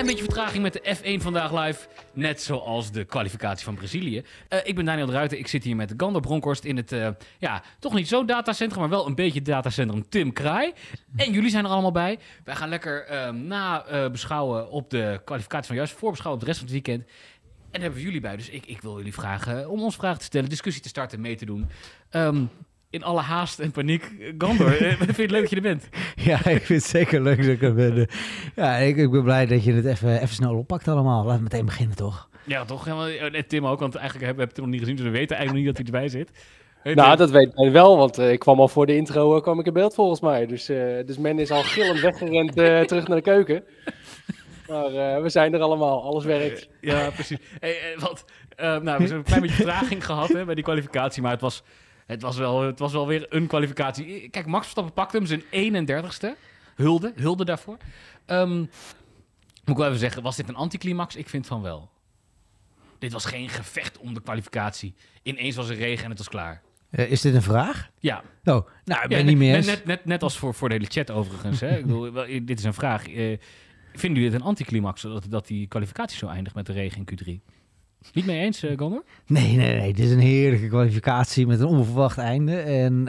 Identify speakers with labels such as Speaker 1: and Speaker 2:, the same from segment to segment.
Speaker 1: klein beetje vertraging met de F1 vandaag live. Net zoals de kwalificatie van Brazilië. Ik ben Daniel de Ruiter. Ik zit hier met Gander Bronkhorst in het, toch niet zo'n datacentrum, maar wel een beetje datacentrum Tim Kraai. En jullie zijn er allemaal bij. Wij gaan lekker beschouwen op de kwalificatie van juist, voorbeschouwen op de rest van het weekend. En daar hebben we jullie bij. Dus ik wil jullie vragen om ons vragen te stellen, discussie te starten, mee te doen. In alle haast en paniek. Gandor, vind je het leuk dat je er bent?
Speaker 2: Ja, ik vind het zeker leuk dat ik er ben. Ja, ik ben blij dat je het even snel oppakt allemaal. Laten we meteen beginnen, toch?
Speaker 1: Ja, toch? En Tim ook, want eigenlijk hebben we het nog niet gezien, dus we weten eigenlijk nog niet dat hij erbij zit. Hey,
Speaker 3: nou, dat weet ik wel, want ik kwam al voor de intro kwam ik in beeld volgens mij. Dus men is al gillend weggerend terug naar de keuken. Maar we zijn er allemaal, alles werkt.
Speaker 1: Ja, precies. Hey, we hebben een klein beetje vertraging gehad bij die kwalificatie, maar het was wel weer een kwalificatie. Kijk, Max Verstappen pakte hem zijn 31ste. Hulde daarvoor. Moet ik wel even zeggen, was dit een anticlimax? Ik vind van wel. Dit was geen gevecht om de kwalificatie. Ineens was er regen en het was klaar.
Speaker 2: Is dit een vraag?
Speaker 1: Ja.
Speaker 2: Oh, nou, ik ben niet meer eens.
Speaker 1: Net als voor de hele chat overigens. Hè? Ik bedoel, dit is een vraag. Vinden jullie dit een anticlimax dat die kwalificatie zo eindigt met de regen in Q3? Niet mee eens, Gondor?
Speaker 2: Nee. Dit is een heerlijke kwalificatie met een onverwacht einde. En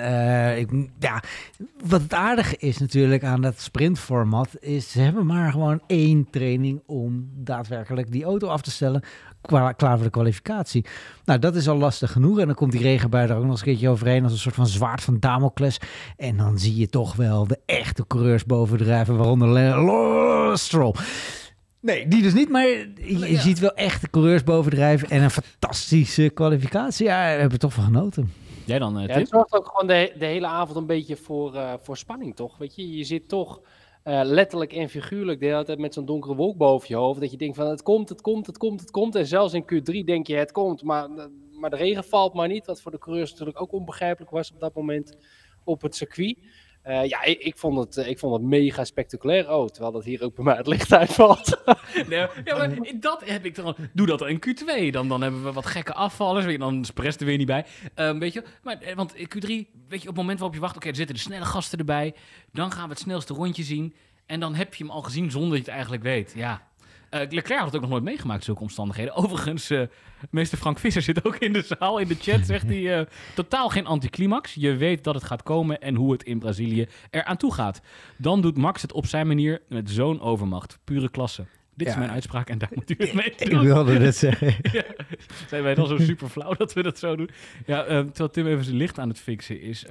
Speaker 2: wat het aardige is natuurlijk aan dat sprintformat is, ze hebben maar gewoon 1 training om daadwerkelijk die auto af te stellen. Klaar voor de kwalificatie. Nou, dat is al lastig genoeg. En dan komt die regenbui er ook nog eens een keertje overheen als een soort van zwaard van Damocles. En dan zie je toch wel de echte coureurs bovendrijven, waaronder Stroll. Nee, die dus niet, maar je ziet wel echt de coureurs bovendrijven en een fantastische kwalificatie. Ja, daar hebben we toch van genoten.
Speaker 1: Jij dan, Tim?
Speaker 3: Het zorgt ook gewoon de hele avond een beetje voor spanning, toch? Weet je zit toch letterlijk en figuurlijk de hele tijd met zo'n donkere wolk boven je hoofd. Dat je denkt van het komt. En zelfs in Q3 denk je het komt, maar de regen valt maar niet. Wat voor de coureurs natuurlijk ook onbegrijpelijk was op dat moment op het circuit. Ik vond het mega spectaculair. Terwijl dat hier ook bij mij het licht uitvalt.
Speaker 1: Nee, ja, maar dat heb ik dan. Doe dat in Q2. Dan hebben we wat gekke afvallers. Dan is Perez er weer niet bij. Weet je, want in Q3, weet je, op het moment waarop je wacht, er zitten de snelle gasten erbij. Dan gaan we het snelste rondje zien. En dan heb je hem al gezien zonder dat je het eigenlijk weet. Ja. Leclerc had het ook nog nooit meegemaakt, zulke omstandigheden. Overigens, meester Frank Visser zit ook in de zaal, in de chat. Zegt hij, totaal geen anticlimax. Je weet dat het gaat komen en hoe het in Brazilië eraan toe gaat. Dan doet Max het op zijn manier met zo'n overmacht. Pure klasse. Dit is mijn uitspraak en daar moet u het mee doen.
Speaker 2: Ik wilde dit zeggen.
Speaker 1: Ja, zijn wij dan zo super flauw dat we dat zo doen? Ja, terwijl Tim even zijn licht aan het fixen is.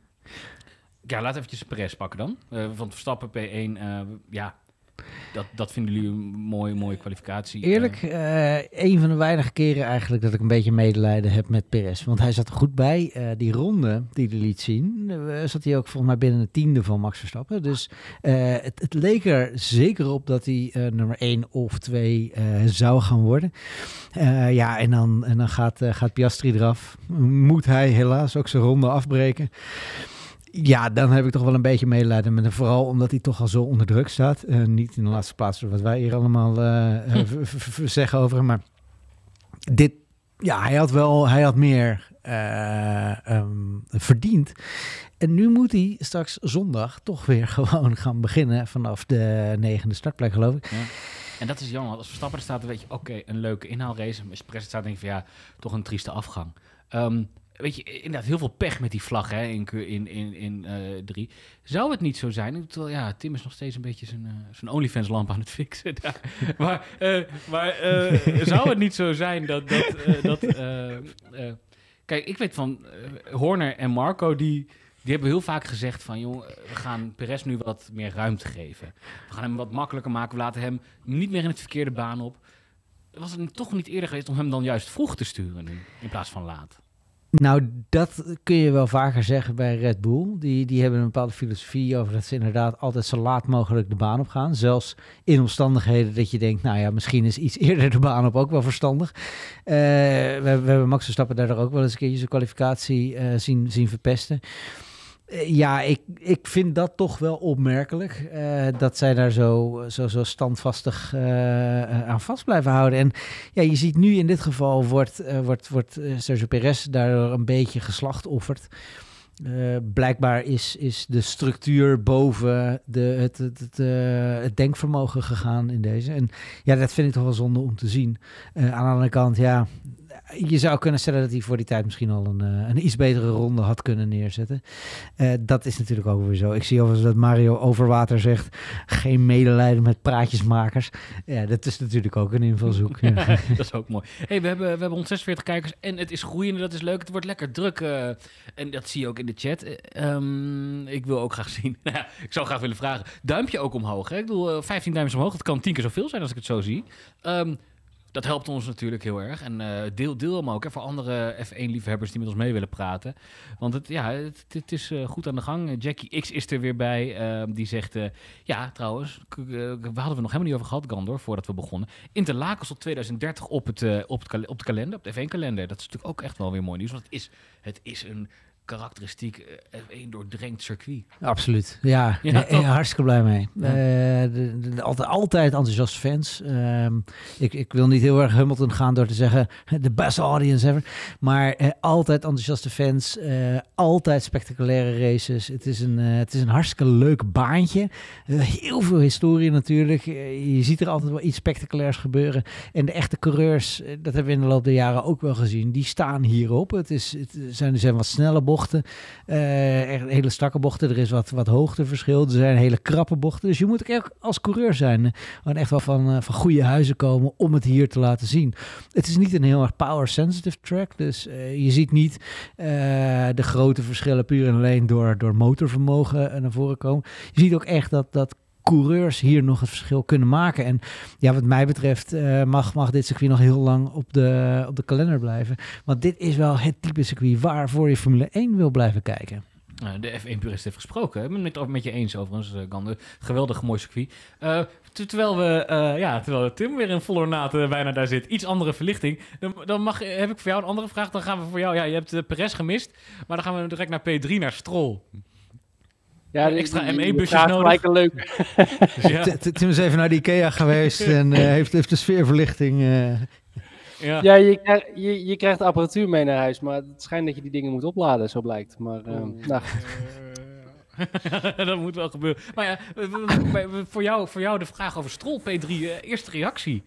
Speaker 1: Laat eventjes Perez pakken dan. Van Verstappen P1, Dat vinden jullie een mooie kwalificatie?
Speaker 2: Eerlijk, een van de weinige keren eigenlijk dat ik een beetje medelijden heb met Perez. Want hij zat er goed bij. Die ronde die hij liet zien, zat hij ook volgens mij binnen de 10e van Max Verstappen. Dus het leek er zeker op dat hij nummer 1 of 2 zou gaan worden. En dan gaat Piastri eraf. Moet hij helaas ook zijn ronde afbreken. Ja, dan heb ik toch wel een beetje medelijden met hem. Vooral omdat hij toch al zo onder druk staat. Niet in de laatste plaats wat wij hier allemaal zeggen over hem. Maar dit, hij had meer verdiend. En nu moet hij straks zondag toch weer gewoon gaan beginnen vanaf de 9e startplek, geloof ik. Ja.
Speaker 1: En dat is jammer, want als Verstappen er staat, dan weet je, oké, een leuke inhaalrace. Als Perez staat, denk je van toch een trieste afgang. Weet je, inderdaad, heel veel pech met die vlag in 3. Zou het niet zo zijn? Terwijl, Tim is nog steeds een beetje zijn OnlyFans-lamp aan het fixen. Maar zou het niet zo zijn dat kijk, ik weet van Horner en Marco, die hebben heel vaak gezegd van, joh, we gaan Perez nu wat meer ruimte geven. We gaan hem wat makkelijker maken. We laten hem niet meer in het verkeerde baan op. Was het toch niet eerder geweest om hem dan juist vroeg te sturen nu, in plaats van laat?
Speaker 2: Nou, dat kun je wel vaker zeggen bij Red Bull. Die hebben een bepaalde filosofie over dat ze inderdaad altijd zo laat mogelijk de baan op gaan. Zelfs in omstandigheden dat je denkt, misschien is iets eerder de baan op ook wel verstandig. We hebben Max Verstappen daardoor ook wel eens een keertje zijn kwalificatie zien verpesten. Ik vind dat toch wel opmerkelijk. Dat zij daar zo standvastig aan vast blijven houden. En je ziet nu in dit geval wordt Sergio Perez daardoor een beetje geslachtofferd. Blijkbaar is de structuur boven het denkvermogen gegaan in deze. En ja, dat vind ik toch wel zonde om te zien. Aan de andere kant, ja, je zou kunnen stellen dat hij voor die tijd misschien al een iets betere ronde had kunnen neerzetten. Dat is natuurlijk ook weer zo. Ik zie overigens dat Mario Overwater zegt, geen medelijden met praatjesmakers. Ja, dat is natuurlijk ook een invalshoek. Ja.
Speaker 1: Dat is ook mooi. Hey, we hebben 146 kijkers en het is groeiende, dat is leuk. Het wordt lekker druk en dat zie je ook in de chat. Ik wil ook graag zien. Nou ja, ik zou graag willen vragen. Duimpje ook omhoog. Hè? Ik bedoel, 15 duimpjes omhoog. Dat kan 10 keer zoveel zijn als ik het zo zie. Dat helpt ons natuurlijk heel erg. En deel hem ook voor andere F1-liefhebbers die met ons mee willen praten. Want het is goed aan de gang. Jackie X is er weer bij. Die zegt, ja trouwens, we hadden we nog helemaal niet over gehad, Gandor, voordat we begonnen. Interlagos tot 2030 op de kalender, op de F1-kalender. Dat is natuurlijk ook echt wel weer mooi nieuws. Want het is een karakteristiek F1 doordrenkt circuit.
Speaker 2: Absoluut, ja, hartstikke blij mee. Ja. Altijd enthousiaste fans. Ik wil niet heel erg Hamilton gaan door te zeggen de best audience ever, maar altijd enthousiaste fans, altijd spectaculaire races. Het is een hartstikke leuk baantje. Heel veel historie natuurlijk. Je ziet er altijd wel iets spectaculairs gebeuren. En de echte coureurs, dat hebben we in de loop der jaren ook wel gezien, die staan hierop. Er zijn wat snelle bochten. Echt hele strakke bochten. Er is wat hoogteverschil. Er zijn hele krappe bochten. Dus je moet ook als coureur zijn. Echt wel van goede huizen komen om het hier te laten zien. Het is niet een heel erg power-sensitive track. Dus je ziet niet de grote verschillen puur en alleen door motorvermogen naar voren komen. Je ziet ook echt dat coureurs hier nog het verschil kunnen maken. En ja, wat mij betreft mag dit circuit nog heel lang op de kalender blijven. Want dit is wel het type circuit waarvoor je Formule 1 wil blijven kijken.
Speaker 1: De F1-purist heeft gesproken. Ik ben het met je eens overigens, Gander. Geweldig mooi circuit. Terwijl Tim weer in volle ornaat bijna daar zit. Iets andere verlichting. Dan heb ik voor jou een andere vraag. Dan gaan we voor jou... Ja, je hebt Perez gemist. Maar dan gaan we direct naar P3, naar Stroll.
Speaker 3: Ja,
Speaker 1: extra ME-busjes nodig.
Speaker 3: Leuk.
Speaker 2: Ja. Tim is even naar de IKEA geweest en heeft de sfeerverlichting...
Speaker 3: Ja, je krijgt de apparatuur mee naar huis, maar het schijnt dat je die dingen moet opladen, zo blijkt. Maar
Speaker 1: dat moet wel gebeuren. Maar ja, voor jou de vraag over Stroll P3, eerste reactie.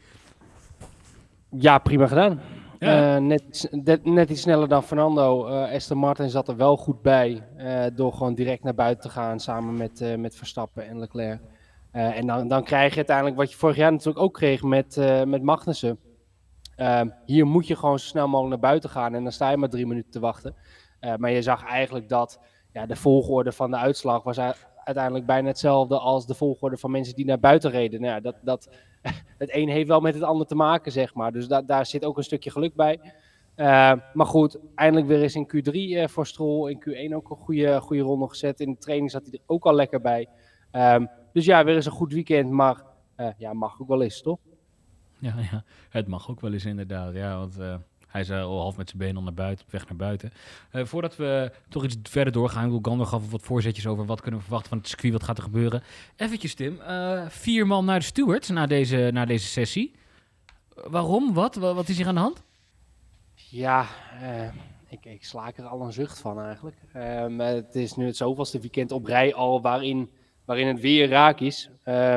Speaker 3: Ja, prima gedaan.
Speaker 1: Ja.
Speaker 3: Net iets sneller dan Fernando. Aston Martin zat er wel goed bij door gewoon direct naar buiten te gaan samen met Verstappen en Leclerc. En dan krijg je uiteindelijk wat je vorig jaar natuurlijk ook kreeg met Magnussen. Hier moet je gewoon zo snel mogelijk naar buiten gaan en dan sta je maar 3 minuten te wachten. Maar je zag eigenlijk dat de volgorde van de uitslag was uiteindelijk bijna hetzelfde als de volgorde van mensen die naar buiten reden. Nou ja, het een heeft wel met het ander te maken, zeg maar. Dus daar zit ook een stukje geluk bij. Maar goed, eindelijk weer eens in Q3 voor Stroll. In Q1 ook een goede ronde gezet. In de training zat hij er ook al lekker bij. Dus ja, weer eens een goed weekend. Maar mag ook wel eens, toch?
Speaker 1: Ja, het mag ook wel eens inderdaad. Ja, want hij is al half met zijn benen op weg naar buiten. Voordat we toch iets verder doorgaan, Gander gaf wat voorzetjes over wat kunnen we verwachten van het circuit, wat gaat er gebeuren. Eventjes Tim, 4 man naar de stewards na deze sessie. Waarom? Wat is hier aan de hand?
Speaker 3: Ja, ik slaak er al een zucht van eigenlijk. Het is nu het zoveelste weekend op rij al waarin het weer raak is.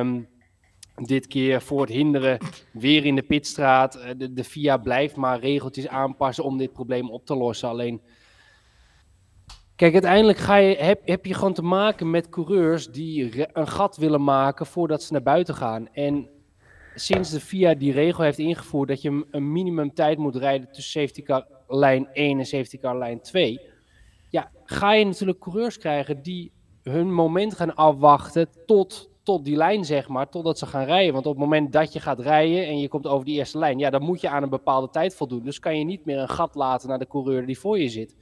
Speaker 3: Dit keer voor het hinderen weer in de pitstraat. De FIA blijft maar regeltjes aanpassen om dit probleem op te lossen. Alleen, kijk, uiteindelijk heb je gewoon te maken met coureurs die een gat willen maken voordat ze naar buiten gaan. En sinds de FIA die regel heeft ingevoerd dat je een minimum tijd moet rijden tussen safety car lijn 1 en safety car lijn 2. Ja, ga je natuurlijk coureurs krijgen die hun moment gaan afwachten tot die lijn, zeg maar, totdat ze gaan rijden. Want op het moment dat je gaat rijden en je komt over die eerste lijn, ja, dan moet je aan een bepaalde tijd voldoen. Dus kan je niet meer een gat laten naar de coureur die voor je zit.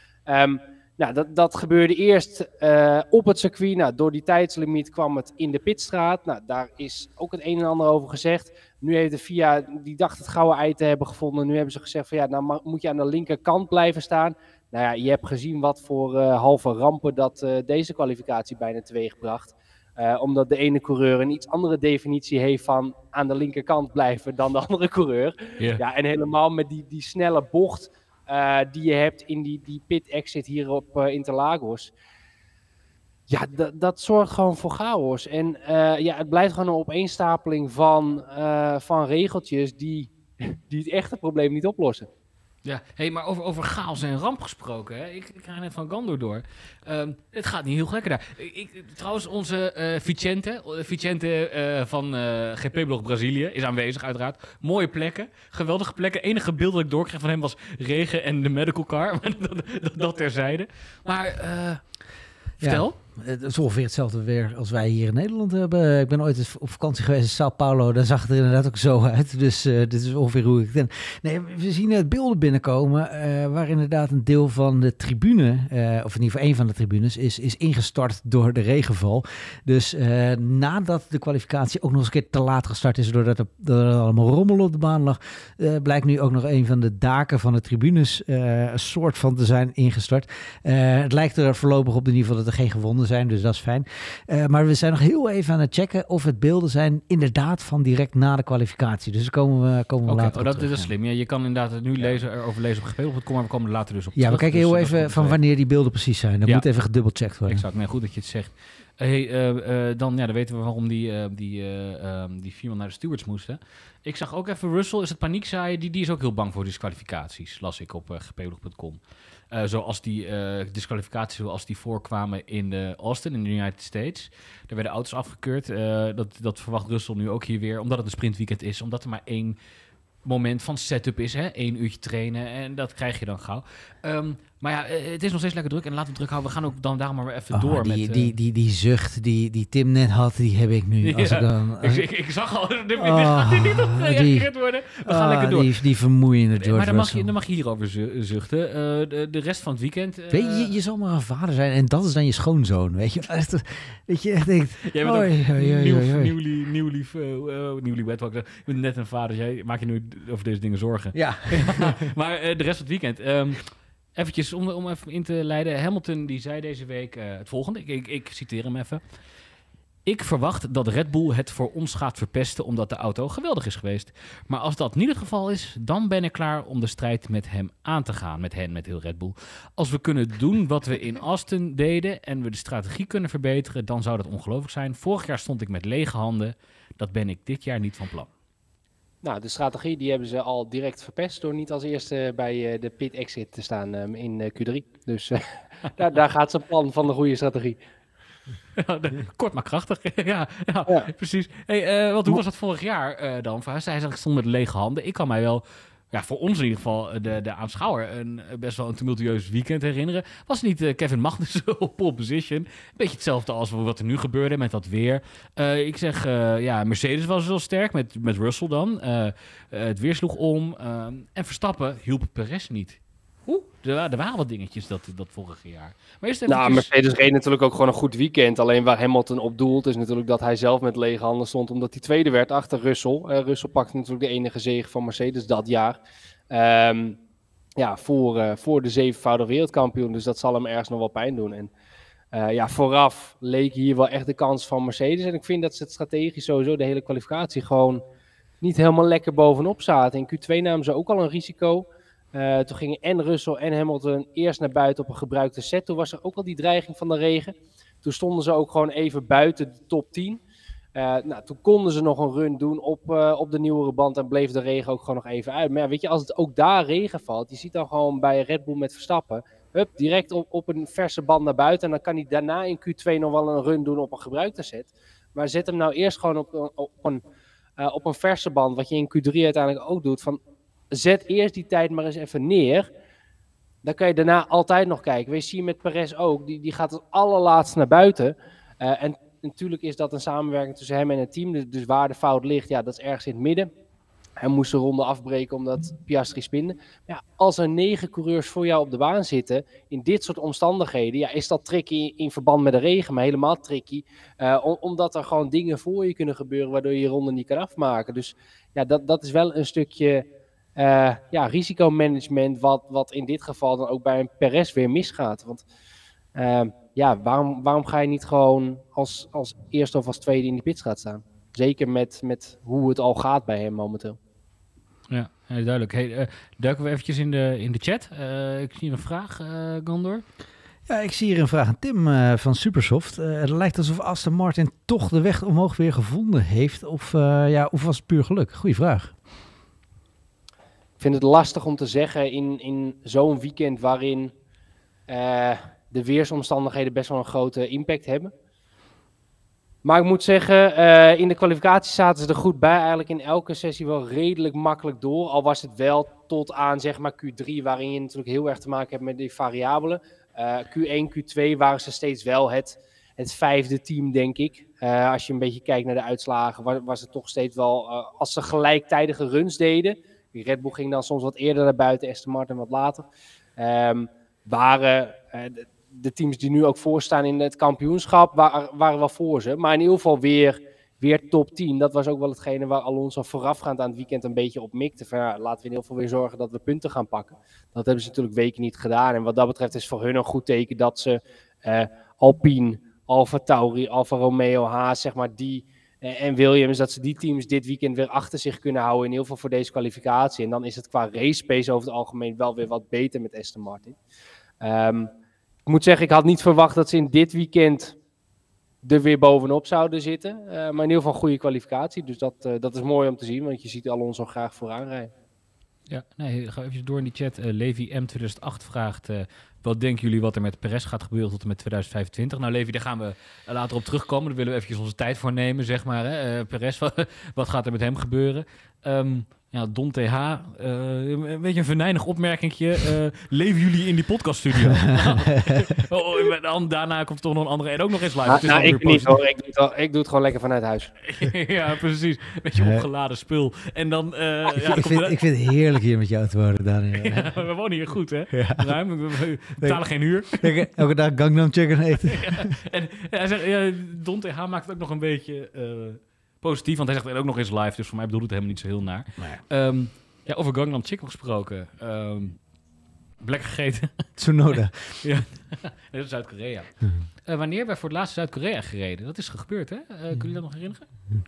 Speaker 3: Dat gebeurde eerst op het circuit. Nou, door die tijdslimiet kwam het in de pitstraat. Nou, daar is ook het een en ander over gezegd. Nu heeft de FIA, die dacht het gouden ei te hebben gevonden. Nu hebben ze gezegd van nou moet je aan de linkerkant blijven staan. Nou ja, je hebt gezien wat voor halve rampen dat deze kwalificatie bijna teweegbracht. Omdat de ene coureur een iets andere definitie heeft van aan de linkerkant blijven dan de andere coureur. Yeah. Ja, en helemaal met die snelle bocht die je hebt in die pit exit hier op Interlagos. Ja, dat zorgt gewoon voor chaos. En het blijft gewoon een opeenstapeling van regeltjes die het echte probleem niet oplossen.
Speaker 1: Ja, hey, maar over chaos en ramp gesproken, hè? Ik krijg net van Gandor door. Het gaat niet heel lekker daar. Trouwens, onze Vicente van GP-blog Brazilië is aanwezig uiteraard. Mooie plekken, geweldige plekken. Enige beeld dat ik doorkreeg van hem was regen en de medical car. dat terzijde. Maar vertel.
Speaker 2: Ja. Het is ongeveer hetzelfde weer als wij hier in Nederland hebben. Ik ben ooit op vakantie geweest in Sao Paulo. Daar zag het er inderdaad ook zo uit. Dus dit is ongeveer hoe ik het. Nee, we zien beelden binnenkomen waar inderdaad een deel van de tribune, of in ieder geval één van de tribunes, is ingestort door de regenval. Dus nadat de kwalificatie ook nog eens een keer te laat gestart is, doordat er allemaal rommel op de baan lag, blijkt nu ook nog een van de daken van de tribunes een soort van te zijn ingestort. Het lijkt er voorlopig op in ieder geval dat er geen gewonden zijn, dus dat is fijn. Maar we zijn nog heel even aan het checken of het beelden zijn inderdaad van direct na de kwalificatie. Dus daar komen we later op
Speaker 1: dat
Speaker 2: terug,
Speaker 1: is slim. Ja, je kan inderdaad het nu erover lezen op gepeel.com, maar we komen er later dus op
Speaker 2: terug. Ja, we kijken
Speaker 1: dus
Speaker 2: heel even van wanneer die beelden precies zijn. Dat moet even gedubbelcheckt worden.
Speaker 1: Exact, nee, goed dat je het zegt. Dan weten we waarom die 4 man naar de stewards moesten. Ik zag ook even Russell, is het paniekzaaien, die is ook heel bang voor disqualificaties, las ik op gepeel.com. Zoals die disqualificaties zoals die voorkwamen in de Austin, in de United States. Daar werden auto's afgekeurd. Dat verwacht Russell nu ook hier weer, omdat het een sprintweekend is. Omdat er maar 1 moment van setup is, hè? 1 uurtje trainen en dat krijg je dan gauw. Maar ja, het is nog steeds lekker druk en laten we druk houden. We gaan ook dan daarom maar weer even door
Speaker 2: die zucht die Tim net had, die heb ik nu. Als
Speaker 1: ik zag al, dit gaat hier niet op gereageerd worden. We gaan lekker door.
Speaker 2: Die vermoeiende George
Speaker 1: maar dan mag je hierover zuchten. De rest van het weekend...
Speaker 2: je zal maar een vader zijn en dat is dan je schoonzoon, weet je. Dat je echt denkt...
Speaker 1: Jij bent newlywed. Je bent net een vader. Jij maak je nu over deze dingen zorgen.
Speaker 2: Ja.
Speaker 1: Maar de rest van het weekend... Eventjes, om even in te leiden. Hamilton die zei deze week het volgende. Ik citeer hem even. Ik verwacht dat Red Bull het voor ons gaat verpesten omdat de auto geweldig is geweest. Maar als dat niet het geval is, dan ben ik klaar om de strijd met hem aan te gaan. Met heel Red Bull. Als we kunnen doen wat we in Austin deden en we de strategie kunnen verbeteren, dan zou dat ongelooflijk zijn. Vorig jaar stond ik met lege handen. Dat ben ik dit jaar niet van plan.
Speaker 3: Nou, de strategie die hebben ze al direct verpest door niet als eerste bij de pit exit te staan in Q3. Dus daar gaat zijn plan van de goede strategie.
Speaker 1: Ja, kort maar krachtig. ja, precies. Hey, hoe was dat vorig jaar dan? Hij zei stond met lege handen. Ik kan mij wel... Ja, voor ons in ieder geval, de aanschouwer, best wel een tumultueus weekend herinneren. Was niet Kevin Magnussen op pole position? Beetje hetzelfde als wat er nu gebeurde met dat weer. Ik zeg, Mercedes was wel sterk met Russell dan. Het weer sloeg om. En Verstappen hielp Perez niet. Er waren wat dingetjes dat vorige jaar. Maar
Speaker 3: Mercedes reed natuurlijk ook gewoon een goed weekend. Alleen waar Hamilton op doelt is natuurlijk dat hij zelf met lege handen stond. Omdat hij tweede werd achter Russell. Russell pakte natuurlijk de enige zege van Mercedes dat jaar. Voor de 7-voudige wereldkampioen. Dus dat zal hem ergens nog wel pijn doen. En vooraf leek hier wel echt de kans van Mercedes. En ik vind dat ze het strategisch sowieso de hele kwalificatie gewoon niet helemaal lekker bovenop zaten. In Q2 namen ze ook al een risico. Toen gingen en Russell en Hamilton eerst naar buiten op een gebruikte set. Toen was er ook al die dreiging van de regen. Toen stonden ze ook gewoon even buiten de top 10. Toen konden ze nog een run doen op de nieuwere band en bleef de regen ook gewoon nog even uit. Maar ja, weet je, als het ook daar regen valt, je ziet dan gewoon bij Red Bull met Verstappen, direct op een verse band naar buiten. En dan kan hij daarna in Q2 nog wel een run doen op een gebruikte set. Maar zet hem nou eerst gewoon op een verse band, wat je in Q3 uiteindelijk ook doet, van... Zet eerst die tijd maar eens even neer. Dan kan je daarna altijd nog kijken. Wees zie je met Perez ook. Die gaat het allerlaatst naar buiten. En natuurlijk is dat een samenwerking tussen hem en het team. Dus waar de fout ligt, ja, dat is ergens in het midden. Hij moest de ronde afbreken omdat Piastri spinde. Maar ja, als er 9 coureurs voor jou op de baan zitten, in dit soort omstandigheden, ja, is dat tricky in verband met de regen, maar helemaal tricky. Omdat er gewoon dingen voor je kunnen gebeuren, waardoor je je ronde niet kan afmaken. Dus ja, dat is wel een stukje... risicomanagement wat in dit geval dan ook bij een Perez weer misgaat. Want waarom ga je niet gewoon als eerste of als tweede in die pits gaat staan? Zeker met hoe het al gaat bij hem momenteel.
Speaker 1: Ja. duidelijk. Hey, duiken we eventjes in de chat. Ik zie een vraag, Gandor.
Speaker 2: Ja, ik zie hier een vraag aan Tim van Supersoft. Het lijkt alsof Aston Martin toch de weg omhoog weer gevonden heeft. Of was het puur geluk? Goeie vraag.
Speaker 3: Ik vind het lastig om te zeggen in zo'n weekend waarin de weersomstandigheden best wel een grote impact hebben. Maar ik moet zeggen, in de kwalificatie zaten ze er goed bij. Eigenlijk in elke sessie wel redelijk makkelijk door. Al was het wel tot aan zeg maar Q3, waarin je natuurlijk heel erg te maken hebt met die variabelen. Q1, Q2 waren ze steeds wel het vijfde team, denk ik. Als je een beetje kijkt naar de uitslagen, was het toch steeds wel... als ze gelijktijdige runs deden... Die Red Bull ging dan soms wat eerder naar buiten, Aston Martin wat later. Waren de teams die nu ook voorstaan in het kampioenschap, waren wel voor ze. Maar in ieder geval weer top 10. Dat was ook wel hetgene waar Alonso voorafgaand aan het weekend een beetje op mikte. Van, laten we in ieder geval weer zorgen dat we punten gaan pakken. Dat hebben ze natuurlijk weken niet gedaan. En wat dat betreft is voor hun een goed teken dat ze Alpine, Alfa Tauri, Alfa Romeo, Haas, zeg maar die... En Williams, dat ze die teams dit weekend weer achter zich kunnen houden. In ieder geval voor deze kwalificatie. En dan is het qua race pace over het algemeen wel weer wat beter met Aston Martin. Ik moet zeggen, ik had niet verwacht dat ze in dit weekend er weer bovenop zouden zitten. Maar in ieder geval een goede kwalificatie. Dus dat is mooi om te zien, want je ziet Alonso graag vooraan rijden.
Speaker 1: Ja, nee, ga even door in die chat. Levi M 2008 vraagt... wat denken jullie wat er met Perez gaat gebeuren tot en met 2025? Nou, Levi, daar gaan we later op terugkomen. Daar willen we eventjes onze tijd voor nemen, zeg maar. Hè? Perez, wat gaat er met hem gebeuren? Don TH, een beetje een venijnig opmerkingje. Leven jullie in die podcaststudio? Daarna komt toch nog een andere en ook nog eens live.
Speaker 3: Ik niet hoor. Ik doe het gewoon lekker vanuit huis.
Speaker 1: Ja, precies. Beetje opgeladen spul. En dan...
Speaker 2: Ik vind het heerlijk hier met jou te wonen, Daniel.
Speaker 1: Ja, we wonen hier goed, hè? Ja. Ruim, we betalen geen huur.
Speaker 2: Elke dag Gangnam Chicken eten.
Speaker 1: En hij zegt, Don TH maakt het ook nog een beetje... positief, want hij zegt ook nog eens live, dus voor mij bedoelt het helemaal niet zo heel naar. Ja. Over Gangnam Chicken gesproken. Black gegeten.
Speaker 2: Tsunoda.
Speaker 1: Ja, dat is Zuid-Korea. Wanneer wij voor het laatst Zuid-Korea gereden? Dat is gebeurd, hè? Kun je dat nog herinneren?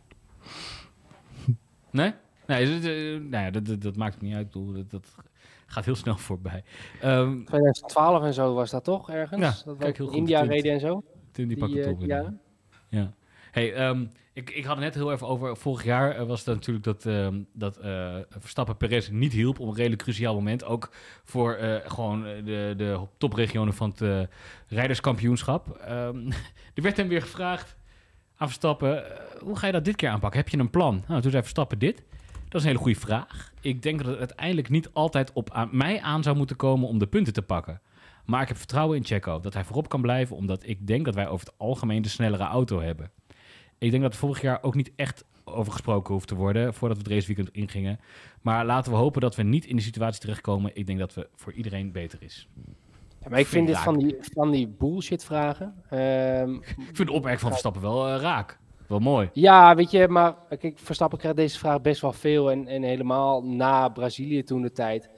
Speaker 1: Nee? Nee, dat maakt het niet uit. Dat gaat heel snel voorbij.
Speaker 3: 2012 en zo was dat toch ergens?
Speaker 1: Ja,
Speaker 3: dat
Speaker 1: kijk, heel goed.
Speaker 3: India reden en zo?
Speaker 1: Toen die pakken top. Ja. Hey, ik had het net heel even over, vorig jaar was het natuurlijk dat Verstappen Perez niet hielp op een redelijk cruciaal moment. Ook voor gewoon de topregionen van het rijderskampioenschap. Er werd hem weer gevraagd aan Verstappen, hoe ga je dat dit keer aanpakken? Heb je een plan? Nou, toen zei Verstappen dit. Dat is een hele goede vraag. Ik denk dat het uiteindelijk niet altijd op mij aan zou moeten komen om de punten te pakken. Maar ik heb vertrouwen in Checo, dat hij voorop kan blijven, omdat ik denk dat wij over het algemeen de snellere auto hebben. Ik denk dat er vorig jaar ook niet echt over gesproken hoeft te worden voordat we het raceweekend ingingen. Maar laten we hopen dat we niet in de situatie terechtkomen. Ik denk dat we voor iedereen beter is.
Speaker 3: Ja, maar ik vind dit van die bullshit vragen...
Speaker 1: Ik vind de opmerking van Verstappen wel raak. Wel mooi.
Speaker 3: Ja, weet je, maar kijk, Verstappen krijgt deze vraag best wel veel. En helemaal na Brazilië toen de tijd.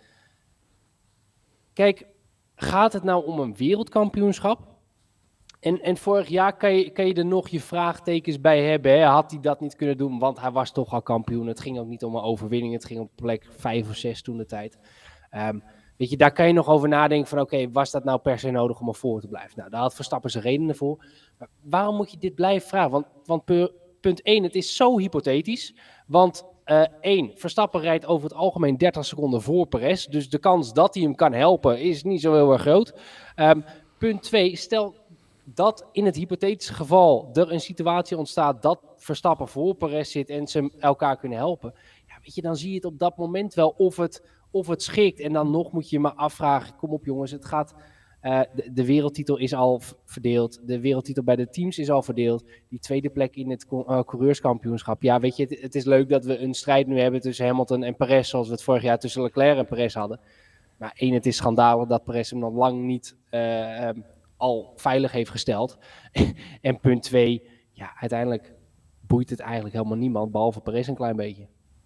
Speaker 3: Kijk, gaat het nou om een wereldkampioenschap? En vorig jaar kan je er nog je vraagtekens bij hebben. Hè? Had hij dat niet kunnen doen, want hij was toch al kampioen. Het ging ook niet om een overwinning. Het ging op plek 5 of 6 toen de tijd. Weet je, daar kan je nog over nadenken van oké, was dat nou per se nodig om ervoor te blijven? Nou, daar had Verstappen zijn redenen voor. Maar waarom moet je dit blijven vragen? Want punt 1, het is zo hypothetisch. Want 1, Verstappen rijdt over het algemeen 30 seconden voor Perez. Dus de kans dat hij hem kan helpen is niet zo heel erg groot. Punt 2, stel dat in het hypothetische geval er een situatie ontstaat dat Verstappen voor Perez zit en ze elkaar kunnen helpen. Ja, weet je, dan zie je het op dat moment wel of het schikt. En dan nog moet je maar afvragen, kom op jongens, het gaat... De wereldtitel is al verdeeld. De wereldtitel bij de teams is al verdeeld. Die tweede plek in het coureurskampioenschap. Ja, weet je, het is leuk dat we een strijd nu hebben tussen Hamilton en Perez, zoals we het vorig jaar tussen Leclerc en Perez hadden. Maar 1, het is schandalig dat Perez hem nog lang niet al veilig heeft gesteld. En punt 2, ja, uiteindelijk boeit het eigenlijk helemaal niemand, behalve Perez een klein beetje.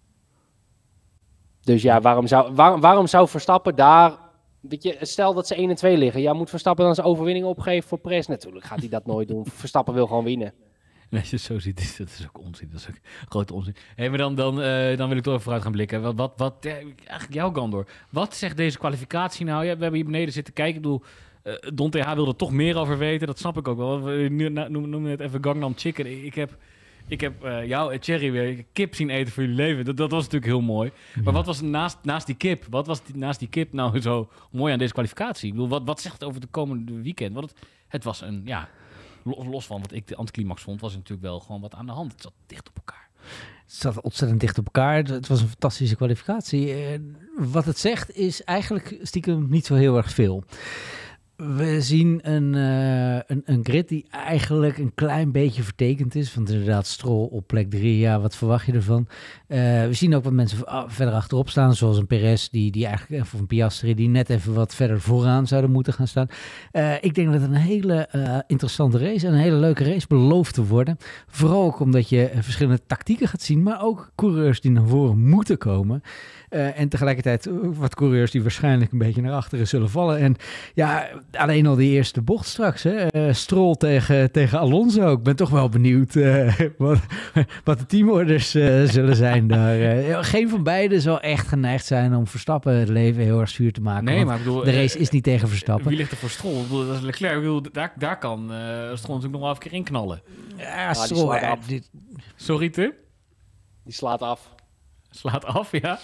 Speaker 3: Dus ja, waarom zou Verstappen daar... Weet je, stel dat ze 1 en 2 liggen. Ja, moet Verstappen dan zijn overwinning opgeven voor Perez? Natuurlijk gaat hij dat nooit doen. Verstappen wil gewoon winnen.
Speaker 1: Als je het zo ziet, dat is ook onzin. Dat is ook grote onzin. Hey, maar dan wil ik toch even vooruit gaan blikken. Eigenlijk jou, Gandor. Wat zegt deze kwalificatie nou? Ja, we hebben hier beneden zitten kijken. Ik bedoel, Don TH wilde er toch meer over weten. Dat snap ik ook wel. Noem het even Gangnam Chicken. Ik heb jou en Thierry weer kip zien eten voor jullie leven. Dat was natuurlijk heel mooi. Maar wat was naast die kip? Wat was naast die kip nou zo mooi aan deze kwalificatie? Ik bedoel, wat zegt het over de komende weekend? Want het was een, los van wat ik de anticlimax vond, was er natuurlijk wel gewoon wat aan de hand. Het zat dicht op elkaar.
Speaker 2: Het zat ontzettend dicht op elkaar. Het was een fantastische kwalificatie. Wat het zegt is eigenlijk stiekem niet zo heel erg veel. We zien een grid die eigenlijk een klein beetje vertekend is. Want inderdaad, Stroll op plek 3, ja, wat verwacht je ervan? We zien ook wat mensen verder achterop staan, zoals een Perez, die eigenlijk, of een Piastri, die net even wat verder vooraan zouden moeten gaan staan. Ik denk dat het een hele interessante race en een hele leuke race belooft te worden. Vooral ook omdat je verschillende tactieken gaat zien, maar ook coureurs die naar voren moeten komen. En tegelijkertijd wat coureurs die waarschijnlijk een beetje naar achteren zullen vallen. En ja, alleen al die eerste bocht straks. Hè? Stroll tegen Alonso. Ik ben toch wel benieuwd wat de teamorders zullen zijn daar. Geen van beiden zal echt geneigd zijn om Verstappen het leven heel erg zuur te maken. Nee, maar ik bedoel, de race is niet tegen Verstappen.
Speaker 1: Wie ligt er voor Stroll? Ik bedoel, dat is Leclerc. Ik bedoel, daar kan Stroll natuurlijk nog wel even een keer inknallen.
Speaker 2: Ja, Stroll.
Speaker 1: Sorry, Tim?
Speaker 3: Die slaat af.
Speaker 1: Slaat af, ja.